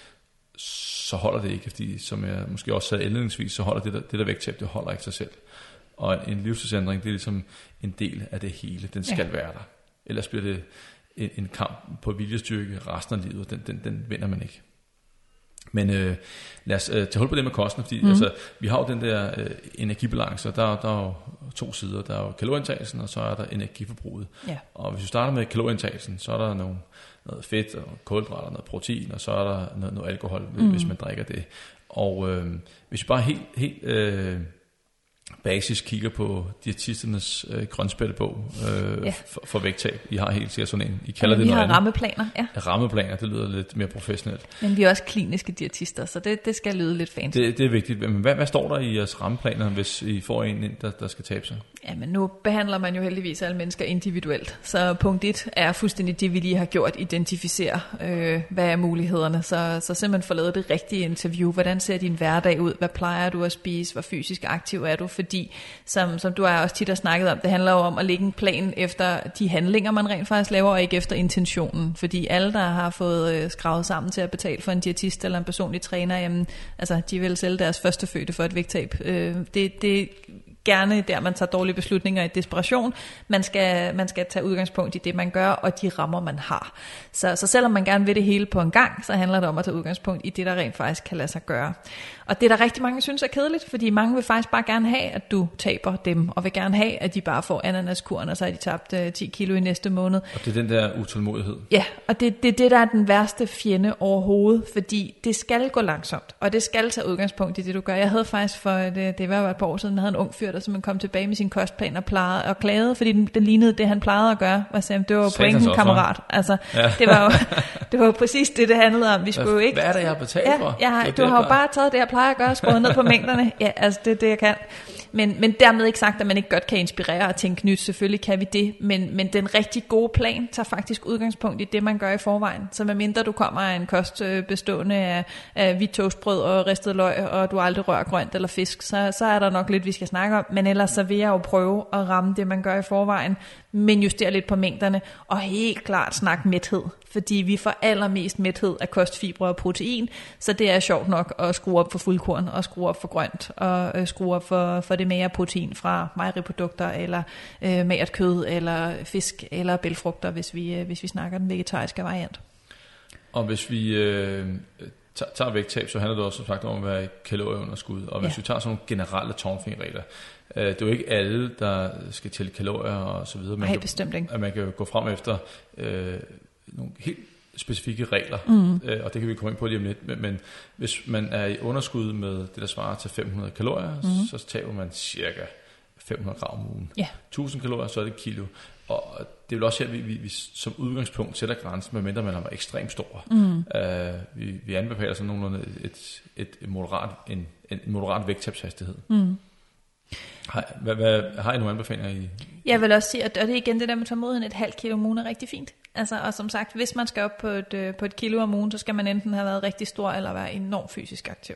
så holder det ikke, fordi som jeg måske også sagde indledningsvis, så holder det der, det der vægttab, det holder ikke sig selv. Og en livsstilsændring, det er ligesom en del af det hele. Den skal ja. være der. Ellers bliver det en, en kamp på viljestyrke resten af livet. Den, den, den vinder man ikke. Men øh, lad os øh, tage hul på det med kosten, fordi mm. altså, vi har jo den der øh, energibalance, og der, der er jo to sider. Der er jo kalorieindtagelsen, og så er der energiforbruget. Ja. Og hvis vi starter med kalorieindtagelsen, så er der nogle, noget fedt og kulhydrater, noget protein, og så er der noget, noget alkohol, mm. hvis man drikker det. Og øh, hvis vi bare helt, helt øh, basis kigger på diætisternes øh, grønspættebog øh, ja. for, for vægttab. I har helt sikkert sådan en. I kalder ja, det vi noget har andet. rammeplaner, ja. Rammeplaner, det lyder lidt mere professionelt. Men vi er også kliniske diætister, så det, det skal lyde lidt fancy. Det, det er vigtigt. Men hvad, hvad står der i jeres rammeplaner, hvis I får en ind, der, der skal tabe sig? Ja, men nu behandler man jo heldigvis alle mennesker individuelt. Så punkt et er fuldstændig det, vi lige har gjort, identificere, øh, hvad er mulighederne. Så, så simpelthen få lavet det rigtige interview. Hvordan ser din hverdag ud? Hvad plejer du at spise? Hvor fysisk aktiv er du? Fordi Som, som du har også tit har snakket om, det handler jo om at lægge en plan efter de handlinger, man rent faktisk laver, og ikke efter intentionen. Fordi alle, der har fået øh, skravet sammen til at betale for en diætist eller en personlig træner, jamen, altså, de vil sælge deres førstefødte for et vægttab. Øh, det, det gerne der, man tager dårlige beslutninger i desperation. Man skal, man skal tage udgangspunkt i det, man gør, og de rammer, man har. Så, så selvom man gerne vil det hele på en gang, så handler det om at tage udgangspunkt i det, der rent faktisk kan lade sig gøre. Og det, der rigtig mange synes er kedeligt, fordi mange vil faktisk bare gerne have, at du taber dem, og vil gerne have, at de bare får ananaskuren, og så har de tabt uh, ti kilo i næste måned. Og det er den der utålmodighed. Ja, og det er det, det, der er den værste fjende overhovedet, fordi det skal gå langsomt, og det skal tage udgangspunkt i det, du gør. Jeg havde faktisk for, det, det var et par år siden, jeg havde en ung fyr, der simpelthen kom tilbage med sin kostplan og, plejede, og klagede, fordi den, den lignede det, han plejede at gøre. Og sagde, det var jo pointen, kammerat. Altså, ja. det, var jo, det var jo præcis det, det handlede om. Vi skulle jo ikke... Hvad er det, jeg har betalt ja, for? Jeg har, du har jo bare taget det, jeg plejer at gøre, skruet ned på mængderne. Ja, altså det er det, jeg kan. Men, men dermed ikke sagt, at man ikke godt kan inspirere og tænke nyt. Selvfølgelig kan vi det, men, men den rigtig gode plan tager faktisk udgangspunkt i det, man gør i forvejen. Så medmindre du kommer af en kost bestående af, af hvidt toastbrød og ristet løg, og du aldrig rører grønt eller fisk, så, så er der nok lidt, vi skal snakke om. Men ellers så vil jeg jo prøve at ramme det, man gør i forvejen, men justere lidt på mængderne, og helt klart snakke mæthed. Fordi vi får allermest mæthed af kostfibre og protein, så det er sjovt nok at skrue op for fuldkorn, og skrue op for grønt, og skrue op for, for det mere protein fra mejeriprodukter, eller øh, magert kød, eller fisk, eller bælgfrugter, hvis vi, øh, hvis vi snakker den vegetariske variant. Og hvis vi øh, tager vægttab, så handler det også som sagt om at være kalorieunderskud, og hvis ja. vi tager sådan nogle generelle tommelfingerregler, øh, det er jo ikke alle, der skal tælle kalorier og så videre. Man Nej, bestemt ikke. At man kan gå frem efter... Øh, nogle helt specifikke regler, mm. øh, og det kan vi komme ind på lige om lidt, men, men hvis man er i underskud med det, der svarer til fem hundrede kalorier, mm. så tager man cirka fem hundrede gram om ugen. Yeah. tusind kalorier, så er det et kilo. Og det er vel også her, vi, vi, vi som udgangspunkt sætter grænsen, medmindre man er ekstremt stor. Mm. Uh, vi, vi anbefaler sådan nogenlunde et, et, et moderat, en, en moderat vægttabshastighed. Mm. Har, hvad, hvad, har I nogle anbefalinger i? Jeg vil også sige, at det er igen det der med tålmodigheden, et halvt kilo om ugen er rigtig fint. Altså, og som sagt, hvis man skal op på et, på et kilo om ugen, så skal man enten have været rigtig stor, eller være enormt fysisk aktiv.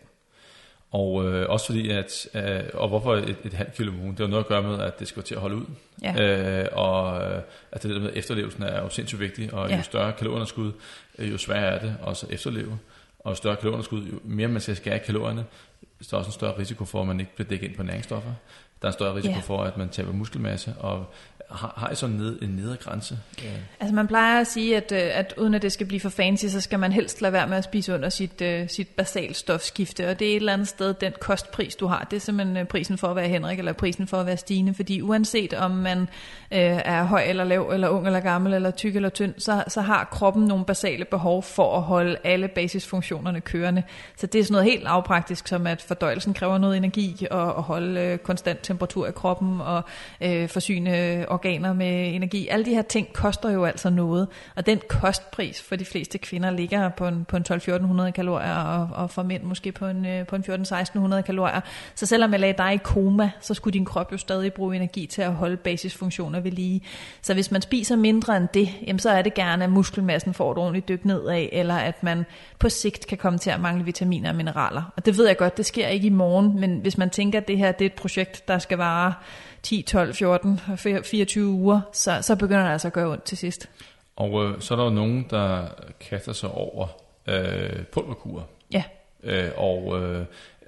Og øh, også fordi, at, øh, og hvorfor et, et halvt kilo om ugen, det har noget at gøre med, at det skal til at holde ud. Ja. Øh, og at det der med efterlevelsen er jo sindssygt vigtigt, og ja. jo større kalorieunderskud, jo sværere er det også at efterleve. Og jo større kalorieunderskud, jo mere man skal skære kalorierne, så er også en større risiko for, at man ikke bliver dækket ind på næringsstoffer. Der er en større risiko yeah. for, at man taber muskelmasse, og har, har I sådan ned, en nedre grænse? Ja. Altså man plejer at sige, at, at uden at det skal blive for fancy, så skal man helst lade være med at spise under sit, uh, sit basalt stofskifte, og det er et eller andet sted den kostpris, du har. Det er simpelthen prisen for at være Henrik, eller prisen for at være Stine, fordi uanset om man uh, er høj eller lav, eller ung eller gammel, eller tyk eller tynd, så, så har kroppen nogle basale behov for at holde alle basisfunktionerne kørende. Så det er sådan noget helt lavpraktisk, som at, at fordøjelsen kræver noget energi, og, og holde øh, konstant temperatur i kroppen, og øh, forsyne organer med energi. Alle de her ting koster jo altså noget, og den kostpris for de fleste kvinder ligger på en, på en tolv til fjorten hundrede kalorier, og, og for mænd måske på en, øh, på en fjorten til seksten hundrede kalorier. Så selvom jeg lagde dig i koma, så skulle din krop jo stadig bruge energi til at holde basisfunktioner ved lige. Så hvis man spiser mindre end det, jamen så er det gerne, at muskelmassen får et ordentligt dyk nedad, eller at man på sigt kan komme til at mangle vitaminer og mineraler. Og det ved jeg godt, det sker ikke i morgen, men hvis man tænker, at det her det er et projekt, der skal vare ti, tolv, fjorten, fireogtyve uger, så, så begynder det altså at gøre ondt til sidst. Og øh, så er der jo nogen, der kaster sig over øh, pulverkurer. Ja. Øh, og, øh,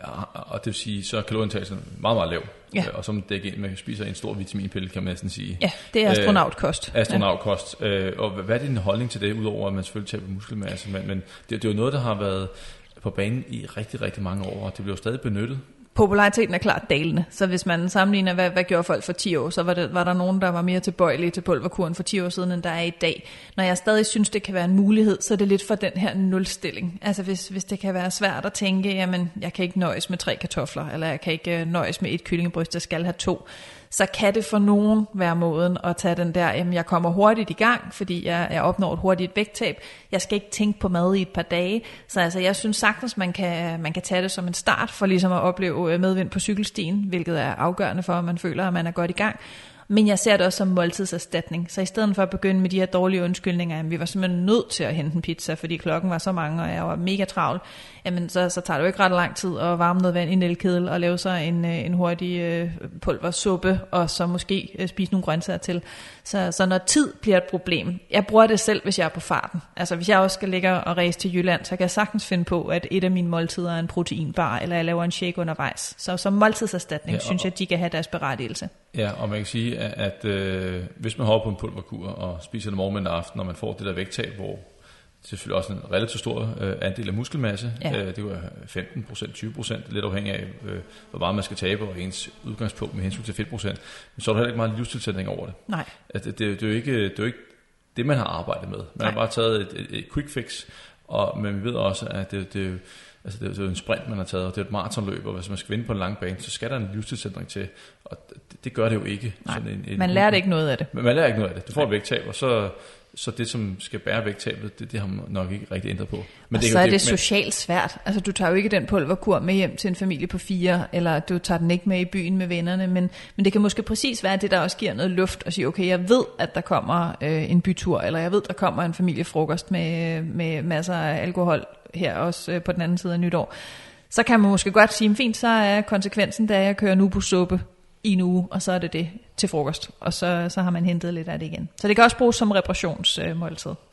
og det vil sige, så er kalorieindtagelsen meget, meget lav. Ja. Øh, og så dækker ind med at spiser en stor vitaminpille, kan man næsten sige. Ja, det er astronautkost. Øh, astronautkost. Ja. Øh, og hvad er din holdning til det, udover at man selvfølgelig taber muskelmasse? Men, men det, det er jo noget, der har været på banen i rigtig, rigtig mange år, og det bliver jo stadig benyttet. Populariteten er klart dalende, så hvis man sammenligner, hvad, hvad gjorde folk for ti år, så var, det, var der nogen, der var mere tilbøjelige til pulverkuren for ti år siden, end der er i dag. Når jeg stadig synes, det kan være en mulighed, så er det lidt for den her nulstilling. Altså hvis, hvis det kan være svært at tænke, jamen jeg kan ikke nøjes med tre kartofler, eller jeg kan ikke nøjes med et kyllingebryst, jeg skal have to, så kan det for nogen være måden at tage den der, jamen jeg kommer hurtigt i gang, fordi jeg, jeg opnår et hurtigt vægttab. Jeg skal ikke tænke på mad i et par dage. Så altså, jeg synes sagtens, man kan, man kan tage det som en start for ligesom at opleve medvind på cykelstien, hvilket er afgørende for, at man føler, at man er godt i gang. Men jeg ser det også som måltidserstatning. Så i stedet for at begynde med de her dårlige undskyldninger, jamen vi var simpelthen nødt til at hente en pizza, fordi klokken var så mange, og jeg var mega travl, jamen så, så tager det jo ikke ret lang tid at varme noget vand i en elkedel og lave sig en, en hurtig øh, pulversuppe, og så måske øh, spise nogle grøntsager til. Så, så når tid bliver et problem, jeg bruger det selv, hvis jeg er på farten. Altså hvis jeg også skal ligge og ræse til Jylland, så kan jeg sagtens finde på, at et af mine måltider er en proteinbar, eller jeg laver en shake undervejs. Så som måltidserstatning, ja, og, synes jeg, de kan have deres berettigelse. Ja, og man kan sige, at, at øh, hvis man hopper på en pulverkur og spiser det morgen, middag og aften, og man får det der vægttab, hvor selvfølgelig også en relativt stor øh, andel af muskelmasse, ja. øh, det er femten procent, tyve procent, lidt afhængig af, øh, hvor meget man skal tabe, og ens udgangspunkt med hensyn til fedtprocent, men så er der heller ikke meget livsstilsætning over det. Nej. At det, det, det, er jo ikke, det er jo ikke det, man har arbejdet med. Man Nej. har bare taget et, et, et quick fix, og, men vi ved også, at det, det, altså det, det er jo en sprint, man har taget, og det er et maratonløb, og hvis man skal vinde på en lang bane, så skal der en livsstilsætning til, og det, det gør det jo ikke. Nej, sådan en, en, man lærer det ikke noget af det. Man lærer ikke noget af det. Du får et vægttab, og så... Så det, som skal bære vægttabet, det, det har man nok ikke rigtig ændret på. Men og det, så er det, det socialt svært. Altså, du tager jo ikke den pulverkur med hjem til en familie på fire, eller du tager den ikke med i byen med vennerne, men, men det kan måske præcis være det, der også giver noget luft, og sige, okay, jeg ved, at der kommer øh, en bytur, eller jeg ved, der kommer en familiefrokost med, med masser af alkohol her også øh, på den anden side af nytår. Så kan man måske godt sige, fint, så er konsekvensen, da jeg kører nubusuppe i en uge, og så er det det til frokost, og så, så har man hentet lidt af det igen. Så det kan også bruges som reparationsmåltid. Øh,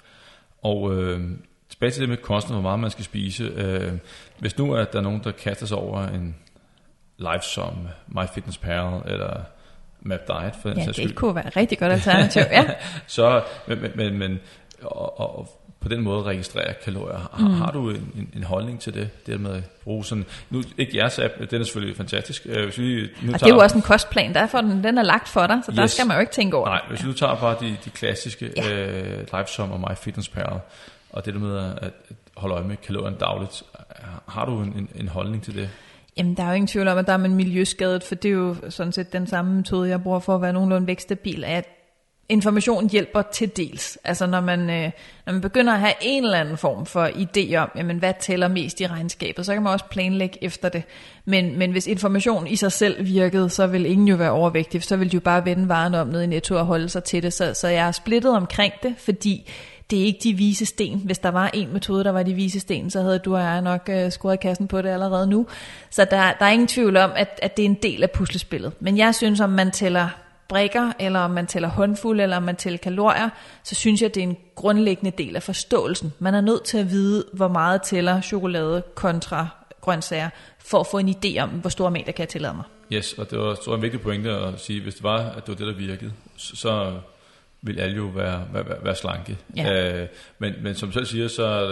og øh, tilbage til det med kosten, hvor meget man skal spise. Øh, hvis nu er der nogen, der kaster sig over en Lifesum, MyFitnessPal eller Map Diet, for den ja, sags skyld. Det kunne være et rigtig godt alternativ, ja. så, men, men, men og, og på den måde registrere kalorier. Har, mm. har du en, en, en holdning til det? Det med at bruge sådan... Nu, ikke jeres app, den er selvfølgelig fantastisk. Uh, hvis vi nu og tager, det er jo også en kostplan, derfor den, den er lagt for dig, så yes. Der skal man jo ikke tænke over Nej, det. hvis ja. du tager bare de, de klassiske ja. uh, Lifesum og MyFitnessPal, og det der med at, at holde øje med kalorien dagligt, har du en, en, en holdning til det? Jamen, der er jo ingen tvivl om, at der er man miljøskadet, for det er jo sådan set den samme metode, jeg bruger for at være nogenlunde vækstabil, at information hjælper til dels. Altså når man, øh, når man begynder at have en eller anden form for idé om, jamen, hvad tæller mest i regnskabet, så kan man også planlægge efter det. Men, men hvis information i sig selv virkede, så vil ingen jo være overvægtig, så vil de jo bare vende varen om ned i Netto og holde sig til det. Så, så jeg er splittet omkring det, fordi det er ikke de vise sten. Hvis der var en metode, der var de vise sten, så havde du og jeg nok øh, skruet kassen på det allerede nu. Så der, der er ingen tvivl om, at, at det er en del af puslespillet. Men jeg synes, om man tæller brikker, eller om man tæller håndfuld, eller om man tæller kalorier, så synes jeg, det er en grundlæggende del af forståelsen. Man er nødt til at vide, hvor meget tæller chokolade kontra grøntsager, for at få en idé om, hvor store mængder kan jeg tillade mig. Yes, og det var, tror jeg, en vigtig pointe at sige, hvis det var, at det var det, der virkede, så vil alle jo være, være, være slanke. Ja. Øh, men, men som du selv siger, så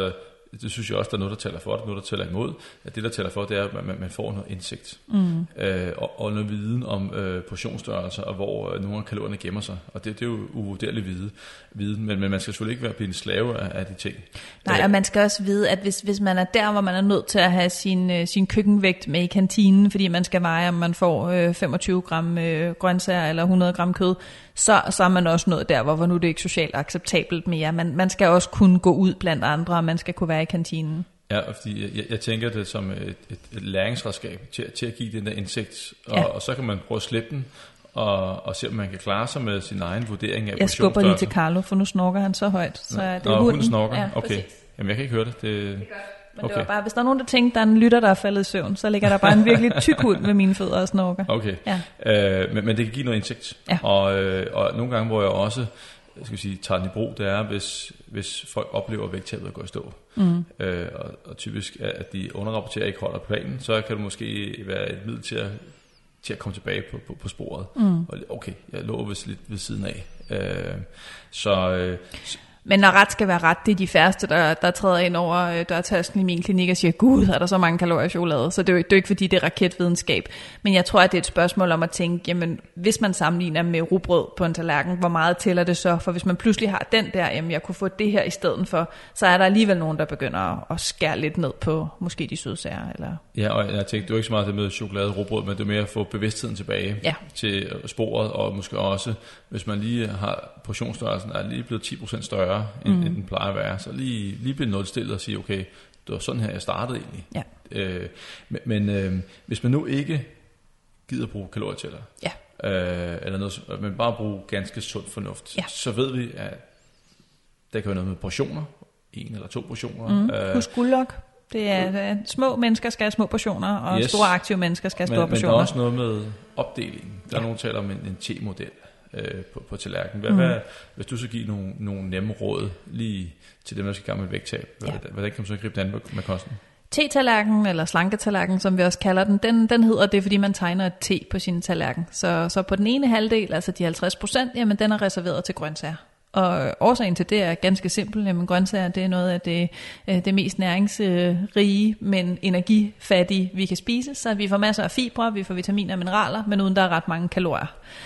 det synes jeg også, der er noget, der taler for det, noget, der taler imod. At det, der taler for, det er, at man, man får noget indsigt. Mm. Øh, og, og noget viden om øh, portionsstørrelser, og hvor øh, nogle af kalorierne gemmer sig. Og det, det er jo uvurderlig viden, viden men, men man skal selvfølgelig ikke være blive en slave af, af de ting. Nej, øh, og man skal også vide, at hvis, hvis man er der, hvor man er nødt til at have sin, øh, sin køkkenvægt med i kantinen, fordi man skal veje, om man får øh, femogtyve gram øh, grøntsager eller hundrede gram kød, så, så er man også nået der, hvor, hvor nu det er ikke socialt acceptabelt mere. Man, man skal også kunne gå ud blandt andre, og man skal kunne være i kantinen. Ja, fordi jeg, jeg tænker det som et, et, et læringsredskab til, til at give den der indsigt, og, ja. og så kan man prøve at slippe den, og, og se om man kan klare sig med sin egen vurdering af jeg skubber lige til Carlo, for nu snorker han så højt. Så ja. det Nå, er hunden snorker? Ja, okay. Jamen jeg kan ikke høre det. Det, det Men okay. det var bare, hvis der er nogen, der tænker, der er en lytter, der er faldet i søvn, så ligger der bare en virkelig tyk hund ved mine fødder og snorker. Okay, ja. øh, men, men det kan give noget indsigt. Ja. Og, øh, og nogle gange, hvor jeg også skal sige, tager den i brug, det er, hvis, hvis folk oplever, at vægttabet at gå i stå. Mm. Øh, og, og typisk, at de underrapporterer ikke holder planen, så kan det måske være et middel til at, til at komme tilbage på, på, på sporet. Mm. Og okay, jeg lå vist lidt ved siden af. Øh, så... Øh, Men når ret skal være ret, det er de færreste, der, der træder ind over dørtasken i min klinik og siger, gud, er der så mange kalorier i chokolade? Så det er, jo, det er jo ikke, fordi det er raketvidenskab. Men jeg tror, at det er et spørgsmål om at tænke, jamen, hvis man sammenligner med rugbrød på en tallerken, hvor meget tæller det så? For hvis man pludselig har den der, jamen, jeg kunne få det her i stedet for, så er der alligevel nogen, der begynder at skære lidt ned på måske de sødsager. Eller... Ja, og jeg tænkte, det er jo ikke så meget det med chokolade og rugbrød, men det er mere at få bevidstheden tilbage ja. til sporet, og måske også, hvis man lige har portionsstørrelsen, er lige blevet ti procent større, end, mm. end den plejer at være, så lige, lige blive nulstillet og sige, okay, det var sådan her, jeg startede egentlig. Ja. Øh, men men øh, hvis man nu ikke gider bruge kalorietæller, ja. øh, eller noget, men bare bruge ganske sund fornuft, ja. så ved vi, at der kan være noget med portioner, en eller to portioner. Mm. Øh, Husk guldlok. Det er, det er små mennesker skal have små portioner, og yes. store aktive mennesker skal have store men, portioner. Men der er også noget med opdelingen. Der er ja. nogen, der taler om en, en T-model. På, på tallerkenen. Hvad, mm. hvad, hvis du så giver nogle, nogle nemme råd lige til dem, der skal i gang med vægttab, ja. hvordan kan man så gribe den med kosten? T-tallerken, eller slanketallerken, som vi også kalder den, den, den hedder det, fordi man tegner et T på sin tallerken. Så, så på den ene halvdel, altså de halvtreds procent, jamen den er reserveret til grøntsager. Og årsagen til det er ganske simpel, jamen grøntsager, det er noget af det, det mest næringsrige, men energifattige, vi kan spise, så vi får masser af fibre, vi får vitaminer og mineraler, men uden der er ret mange kalorier.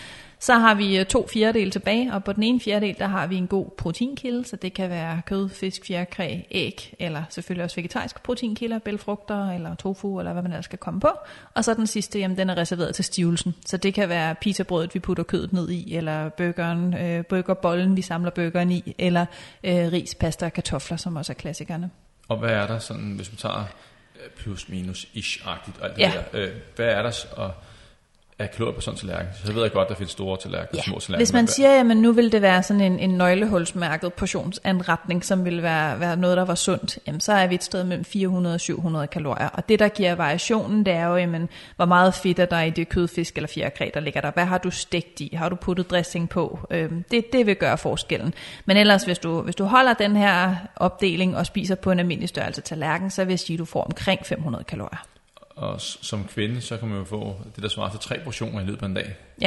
Så har vi to fjerdedele tilbage, og på den ene fjerdedel, der har vi en god proteinkilde, så det kan være kød, fisk, fjerkræ, æg, eller selvfølgelig også vegetariske proteinkilder, bælgfrugter, eller tofu, eller hvad man ellers skal komme på. Og så den sidste, jamen den er reserveret til stivelsen, så det kan være pizzabrødet, vi putter kødet ned i, eller burgeren, øh, burgerbollen, vi samler burgeren i, eller øh, ris, pasta og kartofler, som også er klassikerne. Og hvad er der sådan, hvis man tager plus minus ish-agtigt, og alt det ja. der, øh, hvad er der så... af kalorier på sådan en tallerken. Så jeg ved jeg godt, der findes store tallerkener og ja. små tallerkener. Hvis man siger, at nu vil det være sådan en, en nøglehulsmærket portionsanretning, som vil være, være noget, der var sundt, jamen, så er vi et sted mellem fire hundrede og syv hundrede kalorier. Og det, der giver variationen, det er jo, jamen, hvor meget fedt er der i det kød, fisk eller fjerkræ, der ligger der. Hvad har du stegt i? Har du puttet dressing på? Øhm, det, det vil gøre forskellen. Men ellers, hvis du, hvis du holder den her opdeling og spiser på en almindelig størrelse tallerken, så vil jeg sige, at du får omkring fem hundrede kalorier. Og som kvinde, så kan man jo få det, der svarer til tre portioner i løbet af en dag. Ja.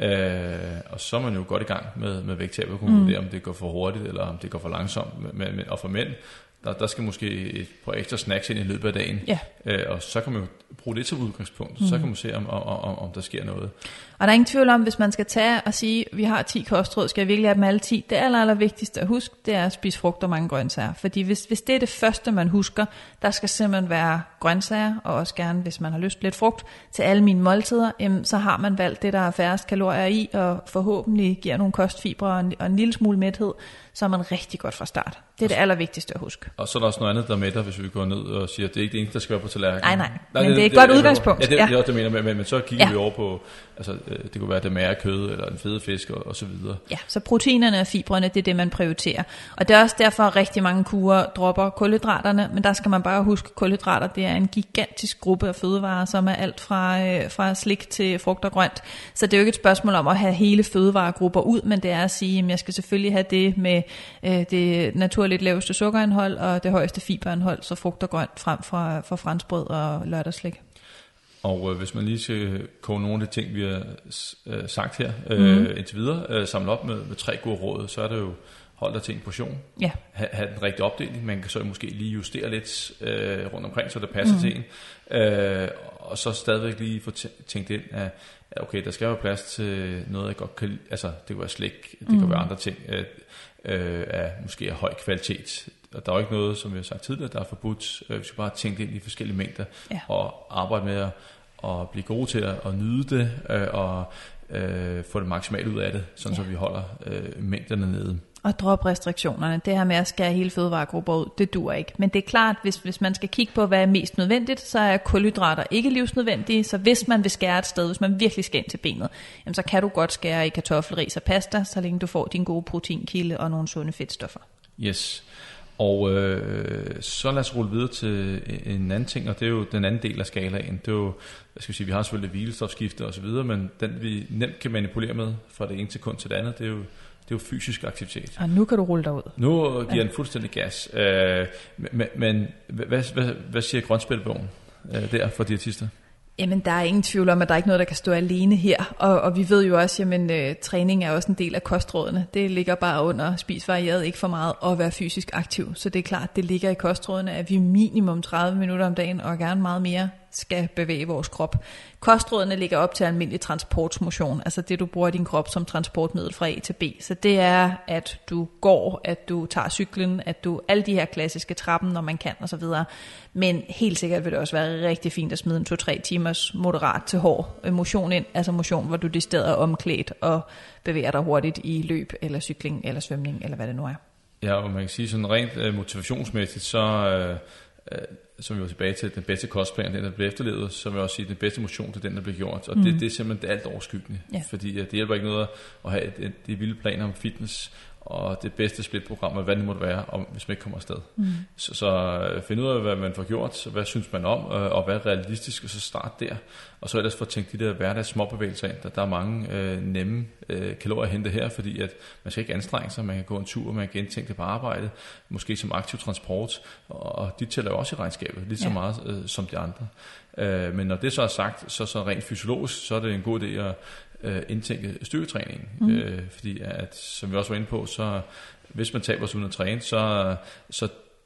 Øh, og så er man jo godt i gang med, med vægttab og kunne mm. vurdere, om det går for hurtigt, eller om det går for langsomt. Men, men, og for mænd, der, der skal måske et par ekstra snacks ind i løbet af dagen. Ja. Øh, og så kan man jo bruge det som udgangspunkt. Mm. Så kan man se, om, om, om, om der sker noget. Og der er ingen tvivl om, hvis man skal tage og sige, vi har ti kostråd, skal jeg virkelig have dem alle ti? Det aller, aller vigtigste at huske, det er at spise frugt og mange grøntsager. Fordi hvis, hvis det er det første, man husker, der skal simpelthen være grøntsager, og også gerne, hvis man har lyst, lidt frugt, til alle mine måltider, jamen, så har man valgt det, der er færrest kalorier i, og forhåbentlig giver nogle kostfibre og en, og en lille smule mæthed, så er man rigtig godt fra start. Det er det allervigtigste at huske. Og så er der også noget andet, der mætter, hvis vi går ned og siger, at det er ikke det eneste, der skal være på tallerkenen. Nej, nej, nej, men det, det er et det, godt det, udgangspunkt. Ja, det, ja. det er også det, mener, men, men så kigger ja. vi over på, altså det kunne være det mære kød, eller en fede fisk, og, og så videre. Ja, så proteinerne og fibrene, det er det, man prioriterer. Og det er også derfor, at rigtig mange kurer dropper kulhydraterne, men der skal man bare huske, at kulhydrater, det er en gigantisk gruppe af fødevarer, som er alt fra, øh, fra slik til frugt og grønt. Så det er jo ikke et spørgsmål om at have hele fødevaregrupper ud, men det er at sige, at jeg skal selvfølgelig have det med øh, det naturligt laveste sukkerindhold og det højeste fiberindhold, så frugt og grønt frem fra, fra franskbrød og lørdagsslik. Og øh, hvis man lige skal koge nogle af de ting, vi har øh, sagt her øh, mm. indtil videre, øh, samle op med, med tre gode råd, så er det jo hold dig til en portion, ja. ha, have den rigtige opdeling, man kan så måske lige justere lidt øh, rundt omkring, så det passer mm. til en, øh, og så stadigvæk lige få tænkt ind, at okay, der skal være plads til noget, jeg godt kan, altså det kan være slik, det mm. kan være andre ting, øh, øh, af måske af høj kvalitet. Og der er jo ikke noget, som vi har sagt tidligere, der er forbudt. Vi skal bare tænke ind i forskellige mængder, ja. Og arbejde med at og blive gode til at, at nyde det, øh, og øh, få det maksimalt ud af det, sådan ja. Så vi holder øh, mængderne nede. Og drop restriktionerne. Det her med at skære hele fødevaregrupper ud, det duer ikke. Men det er klart, hvis, hvis man skal kigge på, hvad er mest nødvendigt, så er kulhydrater ikke livsnødvendige. Så hvis man vil skære et sted, hvis man virkelig skal ind til benet, jamen, så kan du godt skære i kartoffel, ris og pasta, så længe du får din gode proteinkilde og nogle sunde fedtstoffer. Yes. Og øh, så lad os rulle videre til en anden ting, og det er jo den anden del af skalaen. Det er jo, hvad skal vi sige, vi har selvfølgelig hvilestofskifte og så videre, men den vi nemt kan manipulere med fra det ene sekund til det andet, det er jo, det er jo fysisk aktivitet. Og nu kan du rulle dig ud. Nu giver ja. Den fuldstændig gas. Øh, men men hvad, hvad, hvad siger grøntspættebogen øh, der for diætister? Jamen, der er ingen tvivl om, at der er ikke noget, der kan stå alene her. Og, og vi ved jo også, at øh, træning er også en del af kostrådene. Det ligger bare under spis varieret, ikke for meget, og være fysisk aktiv. Så det er klart, det ligger i kostrådene, at vi minimum tredive minutter om dagen, og gerne meget mere, skal bevæge vores krop. Kostrådene ligger op til almindelig transportmotion, altså det, du bruger din krop som transportmiddel fra A til B. Så det er, at du går, at du tager cyklen, at du alle de her klassiske trappen, når man kan osv. Men helt sikkert vil det også være rigtig fint at smide en to-tre timers moderat til hård motion ind, altså motion, hvor du decideret er omklædt og bevæger dig hurtigt i løb, eller cykling, eller svømning, eller hvad det nu er. Ja, og man kan sige sådan rent øh, motivationsmæssigt, så... Øh, øh, som vi var tilbage til, den bedste kostplan, den der blev efterlevet, så vil jeg også sige, den bedste motion til den, der blev gjort. Og mm. det, det er simpelthen det alt overskyggende. Ja. Fordi det hjælper ikke noget at have et, et, de vilde planer om fitness, og det bedste splitprogram, hvad det måtte være, om, hvis man ikke kommer afsted. Mm. Så, så find ud af, hvad man får gjort, hvad synes man om, og hvad er realistisk, og så start der. Og så ellers få tænkt de der hverdags småbevægelser ind. Der, der er mange øh, nemme øh, kalorier at hente her, fordi at man skal ikke anstrenge sig, man kan gå en tur, man kan gentænke det på arbejde, måske som aktiv transport, og de tæller jo også i regnskabet, lige så ja. meget øh, som de andre. Øh, men når det så er sagt, så, så rent fysiologisk, så er det en god idé at øh, indtænke styrketræning, mm. øh, fordi at, som vi også var inde på, så hvis man taber sig uden at træne, så, så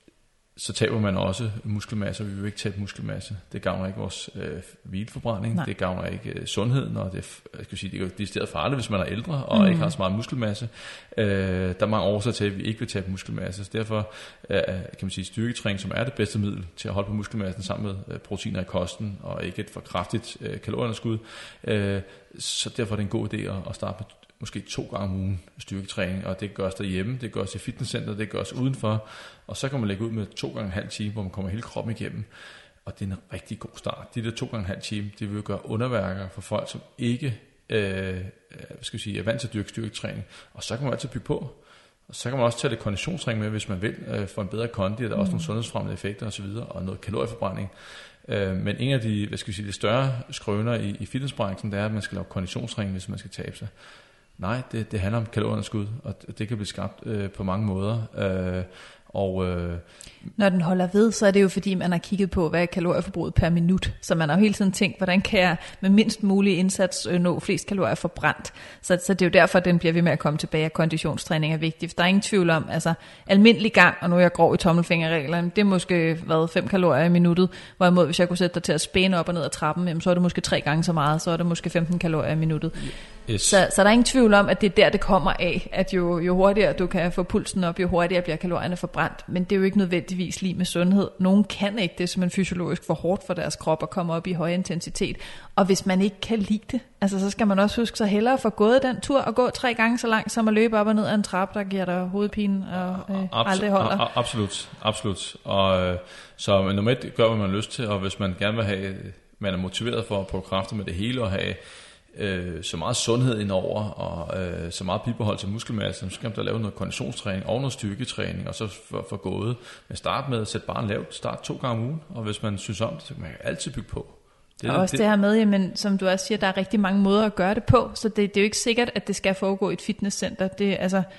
så taber man også muskelmasse, og vi vil ikke tabe muskelmasse. Det gavner ikke vores øh, hvileforbrænding, Nej. Det gavner ikke øh, sundheden, og det, jeg skal sige, det er jo decideret farligt, hvis man er ældre og mm. ikke har så meget muskelmasse. Øh, der er mange årsager til, at vi ikke vil tabe muskelmasse. Så derfor øh, kan man sige, styrketræning, som er det bedste middel til at holde på muskelmassen sammen med øh, proteiner i kosten, og ikke et for kraftigt øh, kalorieunderskud. Øh, så derfor er det en god idé at, at starte med måske to gange om ugen styrketræning, og det gøres derhjemme, det gøres i fitnesscenter, det gøres udenfor, og så kan man lægge ud med to gange en halv time, hvor man kommer hele kroppen igennem, og det er en rigtig god start. De der to gange en halv time, det vil gøre underværker for folk, som ikke øh, hvad skal jeg sige, er vant til at dyrke styrketræning, og så kan man altid bygge på. Og så kan man også tage lidt konditionstræning med, hvis man vil, øh, få en bedre kondi, og der er også mm. nogle sundhedsfremmende effekter osv., og noget kalorieforbrænding. Øh, men en af de, hvad skal jeg sige, de større skrøner i, i fitnessbranchen, det er, at man skal lave konditionstræning, hvis man skal tabe sig. Nej, det, det handler om kalorieunderskud, og det kan blive skabt øh, på mange måder. Øh, og, øh, Når den holder ved, så er det jo fordi, man har kigget på, hvad er kalorieforbruget per minut. Så man har jo hele tiden tænkt, hvordan kan jeg med mindst mulig indsats øh, nå flest kalorier forbrændt. Så, så det er jo derfor, at den bliver ved med at komme tilbage, at konditionstræning er vigtigt. For der er ingen tvivl om, altså almindelig gang, og nu er jeg grov i tommelfingerreglerne, det er måske været fem kalorier i minuttet. Hvorimod, hvis jeg kunne sætte dig til at spæne op og ned ad trappen, jamen, så er det måske tre gange så meget, så er det måske femten kalorier i minuttet. Yes. Så, så der er ingen tvivl om, at det er der, det kommer af, at jo, jo hurtigere du kan få pulsen op, jo hurtigere bliver kalorierne forbrændt. Men det er jo ikke nødvendigvis lige med sundhed. Nogen kan ikke det, som en fysiologisk for hårdt for deres krop at komme op i høj intensitet. Og hvis man ikke kan lide det, altså, så skal man også huske sig hellere for gået den tur og gå tre gange så langt, som at løbe op og ned ad en trappe, der giver dig hovedpine og øh, Absolut, aldrig holder. Absolut, absolut. Og øh, så nummer et gør, hvad man har lyst til, og hvis man gerne vil have, man er motiveret for at prøve kræfter med det hele og have Øh, så meget sundhed indover og øh, så meget bibehold til muskelmasse, så skal man da lave noget konditionstræning og noget styrketræning, og så for, for gået. Men start med at sætte barn lavt, start to gange om ugen, og hvis man synes om det, så kan man altid bygge på. Det og også det, det her med, jamen, som du også siger, der er rigtig mange måder at gøre det på, så det, det er jo ikke sikkert, at det skal foregå i et fitnesscenter. Det, altså,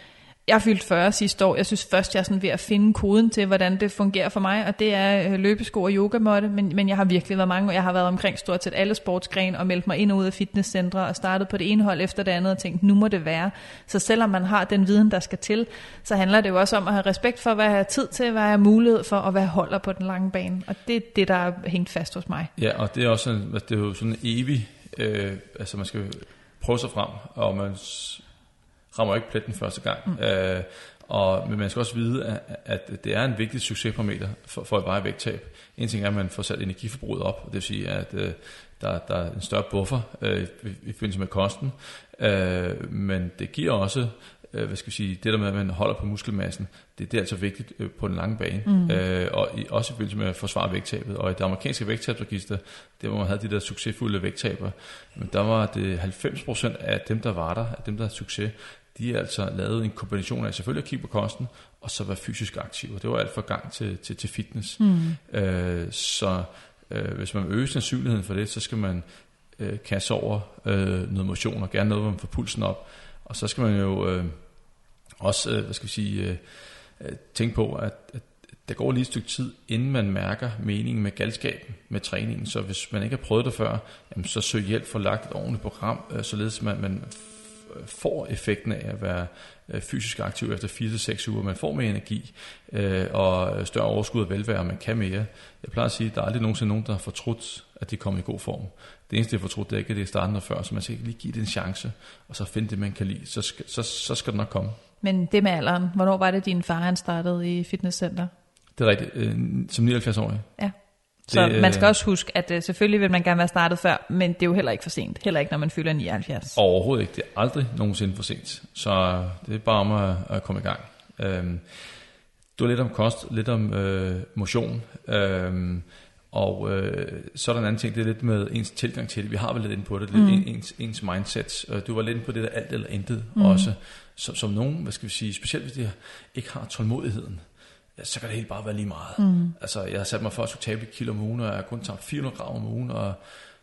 Jeg fyldte fyrre sidste år. Jeg synes først, jeg er sådan ved at finde koden til, hvordan det fungerer for mig, og det er løbesko og yogamåtte, men, men jeg har virkelig været mange, jeg har været omkring stort set alle sportsgrene og meldt mig ind og ud af fitnesscentre og startet på det ene hold efter det andet og tænkt, nu må det være. Så selvom man har den viden, der skal til, så handler det jo også om at have respekt for, hvad jeg har tid til, hvad jeg har mulighed for, og hvad jeg holder på den lange bane. Og det er det, der er hængt fast hos mig. Ja, og det er også en, det er jo sådan en evig, øh, altså man skal prøve sig frem, og man rammer ikke pletten første gang. Mm. Øh, og, men man skal også vide, at, at det er en vigtig succesparameter for, for et veje vægttab. En ting er, at man får sat energiforbruget op, og det vil sige, at øh, der, der er en større buffer øh, i, i forbindelse med kosten. Øh, men det giver også, øh, hvad skal vi sige, det der med, at man holder på muskelmassen, det, det er altså vigtigt øh, på den lange bane. Mm. Øh, og i, også i forbindelse med at forsvare vægttabet. Og i det amerikanske vægttabsregister, der hvor man havde de der succesfulde vægttaber, men der var det halvfems procent af dem, der var der, af dem, der havde succes, de har altså lavet en kombination af selvfølgelig at kigge på kosten, og så være fysisk aktiv. Og det var alt for gang til, til, til fitness. Mm. Øh, så øh, hvis man øger sandsynligheden for det, så skal man øh, kaste over øh, noget motion, og gerne noget, hvor man får pulsen op. Og så skal man jo øh, også, øh, hvad skal vi sige, øh, tænke på, at, at der går lige et stykke tid, inden man mærker meningen med galskaben, med træningen. Så hvis man ikke har prøvet det før, jamen, så søg hjælp for lagt et ordentligt program, øh, således man, man får effekten af at være fysisk aktiv efter fire til seks uger. Man får mere energi øh, og større overskud og velvære, og man kan mere. Jeg plejer at sige, at der er aldrig nogensinde nogen, der har fortrudt, at de kommer i god form. Det eneste, de har fortrudt, det er ikke, at det er starten noget før, så man skal lige give det en chance, og så finde det, man kan lide. Så skal, så, så skal det nok komme. Men det med alderen, hvornår var det, din far han startede i fitnesscenter? Det er rigtigt, øh, som nioghalvfjerds-årig. Ja. Så det, man skal også huske, at uh, selvfølgelig vil man gerne være startet før, men det er jo heller ikke for sent. Heller ikke, når man fylder nioghalvfjerds. Overhovedet ikke. Det er aldrig nogensinde for sent. Så det er bare om at, at komme i gang. Øhm, du er lidt om kost, lidt om øh, motion. Øhm, og øh, så er der en anden ting, det er lidt med ens tilgang til det. Vi har vel lidt inde på det, lidt mm. ens, ens mindset. Du var lidt inde på det der alt eller intet mm. også. Som, som nogen, hvad skal vi sige, specielt hvis de ikke har tålmodigheden, så kan det helt bare være lige meget. Mm. Altså, jeg har sat mig for at skulle tabe et kilo om ugen, og jeg har kun tabt fire hundrede gram om ugen, og,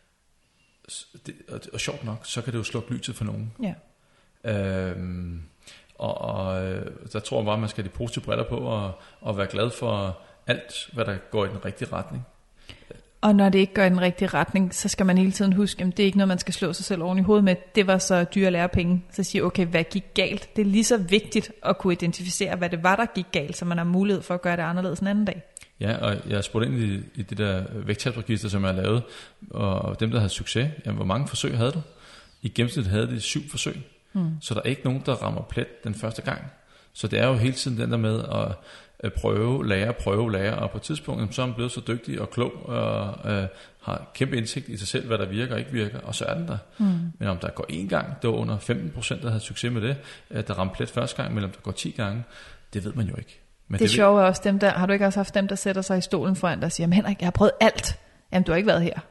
det, og, og sjovt nok, så kan det jo slukke lyset for nogen. Yeah. Øhm, og, og der tror jeg bare, at man skal have de positive briller på, og, og være glad for alt, hvad der går i den rigtige retning. Og når det ikke går i den rigtige retning, så skal man hele tiden huske, at det er ikke noget, man skal slå sig selv oven i hovedet med. Det var så dyre lærepenge. Så siger okay, hvad gik galt? Det er lige så vigtigt at kunne identificere, hvad det var, der gik galt, så man har mulighed for at gøre det anderledes en anden dag. Ja, og jeg har spurgt ind i, i det der vægttabsregister, som jeg har lavet, og dem, der havde succes, jamen, hvor mange forsøg havde du? I gennemsnit havde de syv forsøg. Mm. Så der er ikke nogen, der rammer plet den første gang. Så det er jo hele tiden den der med at prøve, lære, prøve, lære, og på et tidspunkt så er man blevet så dygtig og klog, og øh, har kæmpe indsigt i sig selv, hvad der virker og ikke virker, og så er den der. Mm. Men om der går én gang, det var under femten procent, der havde succes med det, der ramte plet første gang, men om der går ti gange, det ved man jo ikke. Men det, det sjove er også dem der, har du ikke også haft dem, der sætter sig i stolen foran dig og siger, Henrik, jeg har prøvet alt. Jamen, du har ikke været her.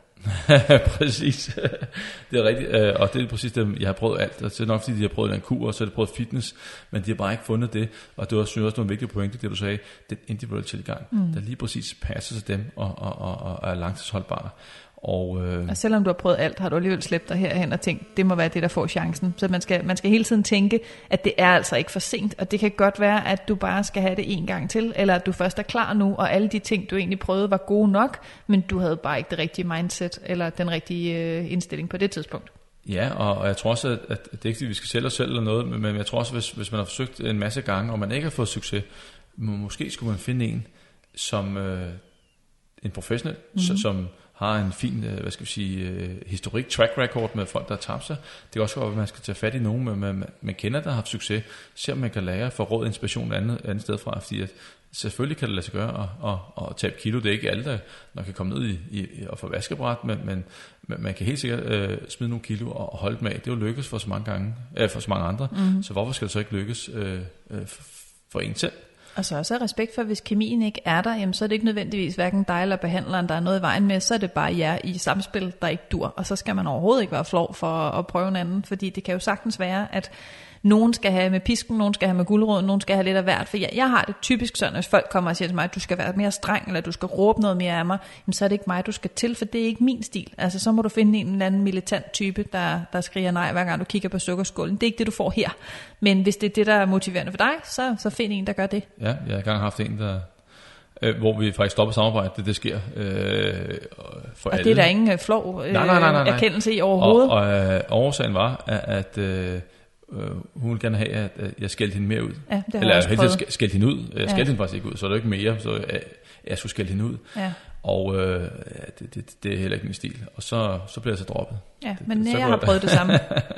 Præcis. Det er rigtigt, og det er præcis det, jeg har prøvet alt. Det er nok fordi, de har prøvet en kur, og så har de prøvet fitness, men de har bare ikke fundet det. Og det var synes jeg også nogle vigtige pointer, det du sagde, den individuelle tilgang, mm. der lige præcis passer til dem og, og, og, og er langtidsholdbare. Og, øh... og selvom du har prøvet alt, har du alligevel slæbt dig herhen og tænkt, det må være det, der får chancen. Så man skal, man skal hele tiden tænke, at det er altså ikke for sent, og det kan godt være, at du bare skal have det en gang til, eller at du først er klar nu, og alle de ting, du egentlig prøvede, var gode nok, men du havde bare ikke det rigtige mindset, eller den rigtige øh, indstilling på det tidspunkt. Ja, og, og jeg tror også, at, at det er ikke, at vi skal sælge os selv eller noget, men jeg tror også, hvis, hvis man har forsøgt en masse gange, og man ikke har fået succes, måske skulle man finde en, som øh, en professionel, mm-hmm. som har en fin, hvad skal vi sige, historik, track record med folk, der har tabt sig. Det kan også godt være, at man skal tage fat i nogen, man, man, man kender, der har haft succes. Se om man kan lære for råd og inspiration andet, andet sted fra, fordi at selvfølgelig kan det lade sig gøre at, at, at tabe kilo. Det er ikke alle, der, der kan komme ned i, i, og få vaskebræt, men, men man kan helt sikkert øh, smide nogle kilo og holde dem af. Det er jo lykkes for så mange gange, øh, for så mange andre. Mm-hmm. Så hvorfor skal det så ikke lykkes øh, øh, for, for en selv? Og så også respekt for, at hvis kemien ikke er der, jamen, så er det ikke nødvendigvis hverken dig eller behandleren, der er noget i vejen med, så er det bare jer i samspil, der ikke dur. Og så skal man overhovedet ikke være flov for at prøve en anden, fordi det kan jo sagtens være, at Nogen skal have med pisken, nogen skal have med guleroden, nogen skal have lidt af hvert. For jeg, jeg har det typisk sådan, hvis folk kommer og siger til mig, at du skal være mere streng, eller du skal råbe noget mere af mig, jamen, så er det ikke mig, du skal til, for det er ikke min stil. Altså så må du finde en eller anden militant type, der, der skriger nej, hver gang du kigger på sukkerskålen. Det er ikke det, du får her. Men hvis det er det, der er motiverende for dig, så, så find en, der gør det. Ja, jeg har engang haft en, der... hvor vi faktisk stopper samarbejdet, det, det sker øh, for og alle. det er der ingen øh, flov øh, nej, nej, nej, nej. erkendelse i overhovedet. Og, og øh, årsagen var, at, at øh, hun ville gerne have, at, at jeg skældte hende mere ud. Ja, det har Eller jeg helst skældte skæld hende ud. Jeg skældte ja. hende faktisk ikke ud, så er det ikke mere, så jeg, jeg skulle skælde hende ud. Ja. Og øh, det, det, det er heller ikke min stil. Og så, så bliver jeg så droppet. Ja, det, men det, jeg har prøvet det samme.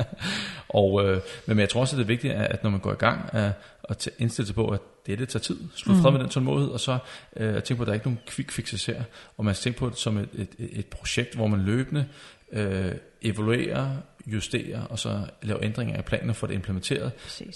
og, øh, men jeg tror også, at det er vigtigt, at når man går i gang, at, at indstille sig på, at det, det tager tid. Slut fred med den tålmodighed, og så øh, tænke på, at der er ikke nogen quick fixes her. Og man skal tænke på det som et, et, et projekt, hvor man løbende øh, evaluerer, justerer, og så laver ændringer af planer for det implementeret.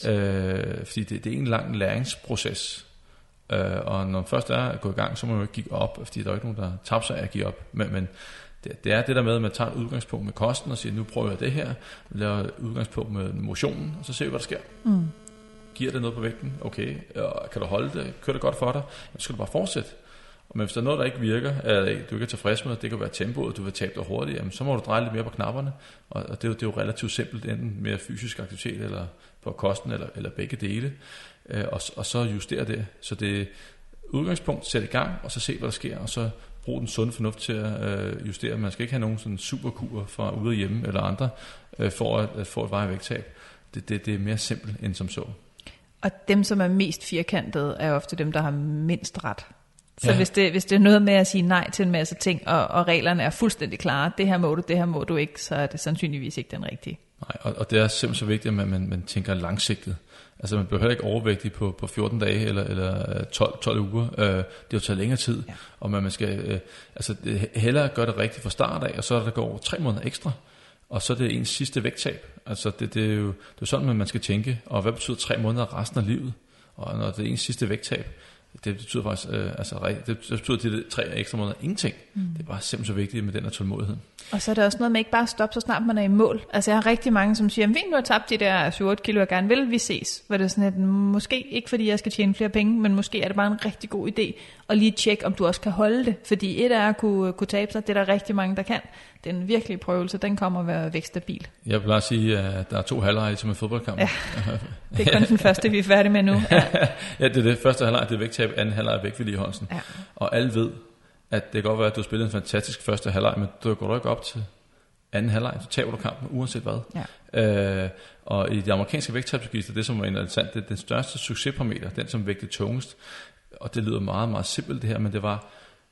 Øh, fordi det, det er en lang læringsproces. Øh, og når man først er at gå i gang, så må man jo ikke give op, fordi der er ikke nogen, der taber sig af at give op. Men, men det, det er det der med, at man tager et udgangspunkt med kosten og siger, nu prøver jeg det her, laver et udgangspunkt med motionen, og så ser vi, hvad der sker. Mm. Giver det noget på vægten? Okay. Kan du holde det? Kører det godt for dig? Så skal du bare fortsætte. Men hvis der er noget, der ikke virker, eller du ikke er tilfreds med, det kan være tempoet, du vil tabe dig hurtigt, jamen, så må du dreje lidt mere på knapperne. Og det er jo, det er jo relativt simpelt, enten mere fysisk aktivitet, eller på kosten, eller, eller begge dele. Og, og så justere det. Så det er udgangspunkt, sæt i gang, og så se, hvad der sker, og så brug den sunde fornuft til at justere. Man skal ikke have nogen sådan superkur fra ude og hjemme, eller andre, for at, at få et veje vægttab. Det, det, det er mere simpelt end som så. Og dem, som er mest firkantede, er ofte dem, der har mindst ret. Så ja. hvis, det, hvis det er noget med at sige nej til en masse ting, og, og reglerne er fuldstændig klare, det her må du, det her må du ikke, så er det sandsynligvis ikke den rigtige. Nej, og, og det er simpelthen så vigtigt, at man, man, man tænker langsigtet. Altså man bliver heller ikke overvægtig på, på fjorten dage eller, eller tolv, tolv uger. Øh, det jo tager længere tid, ja. Og man, man skal øh, altså, hellere gøre det rigtigt fra start af, og så er der går tre måneder ekstra. Og så er det ens sidste vægttab. Altså det, det, er jo, det er jo sådan, at man skal tænke. Og hvad betyder tre måneder resten af livet? Og når det er ens sidste vægttab, det betyder faktisk, øh, altså det betyder de tre ekstra måneder ingenting. Mm. Det er bare simpelthen så vigtigt med den her tålmodighed. Og så er det også noget med ikke bare at stoppe, så snart man er i mål. Altså jeg har rigtig mange, som siger, vi nu har tabt de der syv otte kilo, jeg gerne vil, vi ses. Hvor det er sådan, at måske ikke fordi jeg skal tjene flere penge, men måske er det bare en rigtig god idé at lige tjekke, om du også kan holde det. Fordi et er at kunne, kunne tabe sig, det er der rigtig mange, der kan. Den virkelige prøvelse, den kommer at være vækstabil. Jeg vil bare sige, at der er to halvleje som en fodboldkamp. Ja, det er kun den første, vi er færdige med nu. Ja, ja det er det. Første halvleg, det er vægttab, anden halvleg er vægtvedligeholdelsen. Ja. Og alle ved, at det kan godt være, at du har spillet en fantastisk første halvleg, men du går ikke op til anden halvleg, så taber du kampen, uanset hvad. Ja. Øh, og i de amerikanske vægttabsregister, det som er interessant, det er den største succesparameter, den som vægtede tungest. Og det lyder meget, meget simpelt det her, men det var,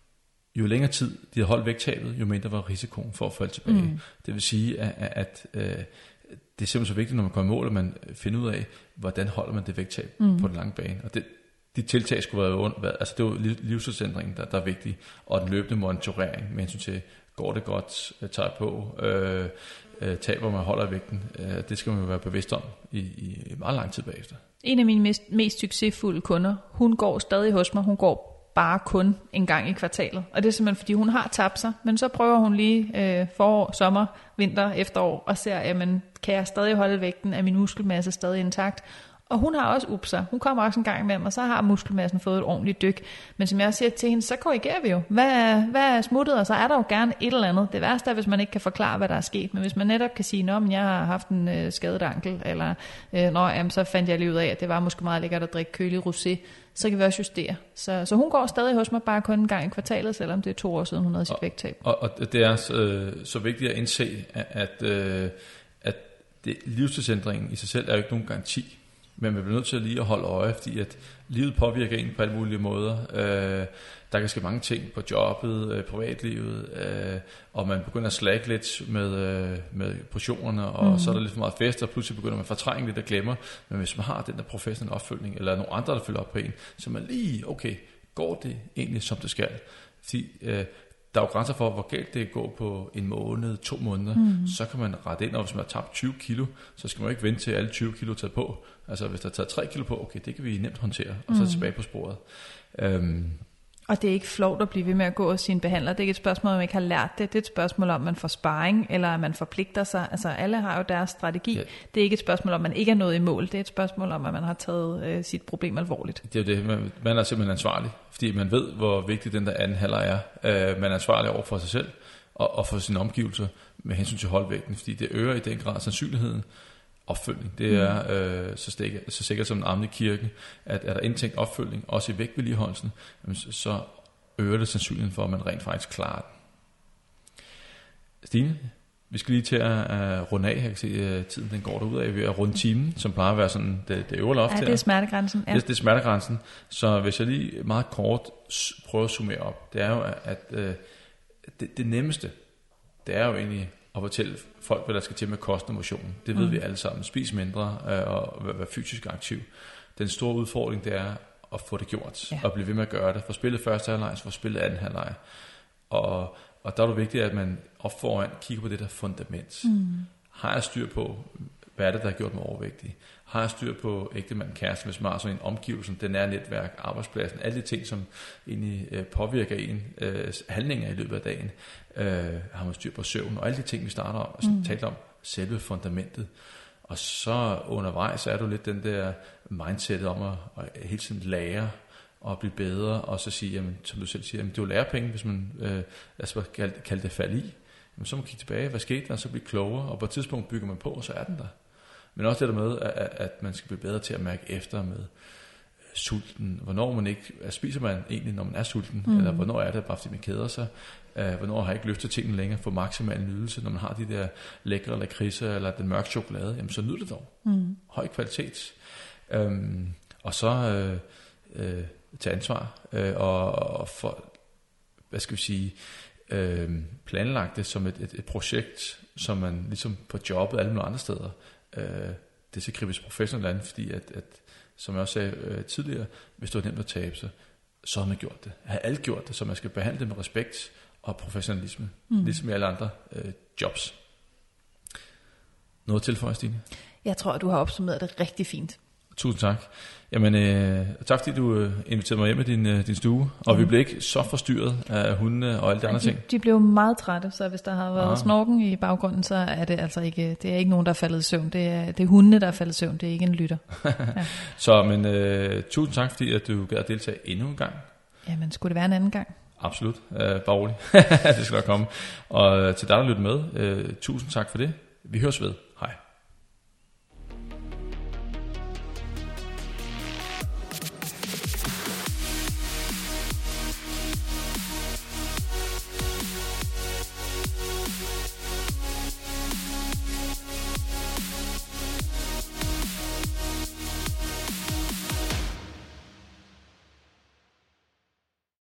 jo længere tid de havde holdt vægttabet, jo mindre var risikoen for at falde tilbage. Mm. Det vil sige, at, at, at øh, det er simpelthen så vigtigt, når man kommer i mål, at man finder ud af, hvordan holder man det vægttab mm. på den lange bane. Og det, de tiltag skulle være under, altså det var livsstilsændringen, der, der er vigtig, og den løbende monitorering med hensyn til, går det godt, tager på, øh, øh, taber man holder vægten. Øh, det skal man jo være bevidst om i, i meget lang tid bagefter. En af mine mest, mest succesfulde kunder, hun går stadig hos mig, hun går bare kun en gang i kvartalet. Og det er simpelthen, fordi hun har tabt sig, men så prøver hun lige øh, forår, sommer, vinter, efterår, og ser, jamen, kan jeg stadig holde vægten, er min muskelmasse stadig intakt? Og hun har også upser. Hun kommer også en gang med mig, og så har muskelmassen fået et ordentligt dyk. Men som jeg siger til hende, så korrigerer vi jo. Hvad er, hvad er smuttet? Og så er der jo gerne et eller andet. Det værste er, hvis man ikke kan forklare, hvad der er sket. Men hvis man netop kan sige, at jeg har haft en øh, skadet ankel, eller øh, nå, jamen, så fandt jeg lige ud af, at det var måske meget lækkert at drikke kølig rosé, så kan vi også justere. Så, så hun går stadig hos mig bare kun en gang i kvartalet, selvom det er to år siden, hun havde sit vægttab. Og, og det er øh, så vigtigt at indse, at, at, øh, at det, livsstilsændringen i sig selv er jo ikke nogen garanti. Men man bliver nødt til lige at holde øje, fordi at livet påvirker en på alle mulige måder. Øh, der kan ske mange ting på jobbet, øh, privatlivet, øh, og man begynder at slække lidt med, øh, med portionerne, og mm. så er der lidt for meget fest, og pludselig begynder man at fortrænge lidt og glemmer. Men hvis man har den der professionelle opfølgning, eller nogle andre, der følger op på en, så er man lige, okay, går det egentlig som det skal? Fordi øh, der er jo grænser for, hvor galt det går på en måned, to måneder. Mm. Så kan man rette ind, og hvis man har tabt tyve kilo, så skal man ikke vente til alle tyve kilo taget på. Altså hvis der er taget tre kilo på, okay, det kan vi nemt håndtere, og så mm. tilbage på sporet. Øhm, Og det er ikke flovt at blive ved med at gå hos sin behandler. Det er ikke et spørgsmål, om man ikke har lært det. Det er et spørgsmål om, man får sparring, eller at man forpligter sig. Altså alle har jo deres strategi. Ja. Det er ikke et spørgsmål om, man ikke er nået i mål. Det er et spørgsmål om, at man har taget øh, sit problem alvorligt. Det er jo det. Man, man er simpelthen ansvarlig, fordi man ved, hvor vigtig den der anden halvleg er. Øh, man er ansvarlig over for sig selv og, og for sine omgivelser med hensyn til holdvægten, fordi det øger i den grad sandsynligheden. Opfølgning, det er øh, så, stikker, så sikkert som en armen i kirken, at er der indtænkt opfølgning, også i vægtvedligeholdelsen, så øger det sandsynligheden for, at man rent faktisk klarer den. Stine, vi skal lige til at uh, runde af. Jeg kan se, at tiden den går derud af. Vi er rundt timen, som plejer at være sådan det, det øvre loft her. Ja, det er smertegrænsen. Ja. Det, det er smertegrænsen. Så hvis jeg lige meget kort prøver at summere op, det er jo, at, at uh, det, det nemmeste, det er jo egentlig at fortælle folk, hvad der skal til med kost og motion. Det ved mm. vi alle sammen. Spis mindre øh, og være fysisk aktiv. Den store udfordring, det er at få det gjort. Ja. Og blive ved med at gøre det. For spillet første halvleg, for spillet anden halvleg. Og, og der er det vigtigt, at man op foran kigger på det der fundament. Mm. Har jeg styr på, hvad er det, der har gjort mig overvægtig? Har jeg styr på ægtemand, kæreste, hvis man har sådan en omgivelse, den nære netværk, arbejdspladsen, alle de ting, som egentlig øh, påvirker en øh, handlinger i løbet af dagen. Øh, har man styr på søvn, og alle de ting, vi starter om, altså, mm. talte om, selve fundamentet. Og så undervejs er du lidt den der mindset om at, at hele tiden lære og blive bedre, og så sige, jamen, som du selv siger, jamen, det er jo lærepenge, hvis man øh, altså, kalder det fald i. Jamen, så må man kigge tilbage, hvad skete der, og så blive klogere, og på et tidspunkt bygger man på, og så er den der. Men også det der med, at, at man skal blive bedre til at mærke efter med øh, sulten. Hvornår man ikke, altså, spiser man egentlig, når man er sulten, mm. eller hvornår er det bare, fordi man keder sig. Uh, hvornår har jeg ikke lyst til tingene længere for maksimal nydelse, når man har de der lækre lakridser eller den mørke chokolade, jamen så nyd det dog. Mm. Høj kvalitet. Um, og så uh, uh, tage ansvar uh, og, og for, hvad skal vi sige, uh, planlagt det som et, et, et projekt, som man ligesom på jobbet alle mulige andre steder, uh, det skal gribes professionelt an, fordi at, at som jeg også sagde uh, tidligere, hvis du er nemt at tabe sig, så har man gjort det. Har alle gjort det, så man skal behandle det med respekt og professionalisme, mm. ligesom i alle andre øh, jobs. Noget til for Stine? Jeg tror, at du har opsummeret det rigtig fint. Tusind tak. Jamen, øh, tak fordi du øh, inviterede mig hjem med din, øh, din stue, og mm. vi blev ikke så forstyrret af hundene og alle de ja, andre de, ting. De blev meget trætte, så hvis der har været ah. snorken i baggrunden, så er det altså ikke, det er ikke nogen, der er faldet i søvn. Det er, det er hundene, der er faldet i søvn, det er ikke en lytter. Ja. Så, men øh, tusind tak, fordi at du gad at deltage endnu en gang. Jamen, skulle det være en anden gang? Absolut. Øh, bare rolig. Det skal der komme. Og til dig, der lytter med, øh, tusind tak for det. Vi høres ved.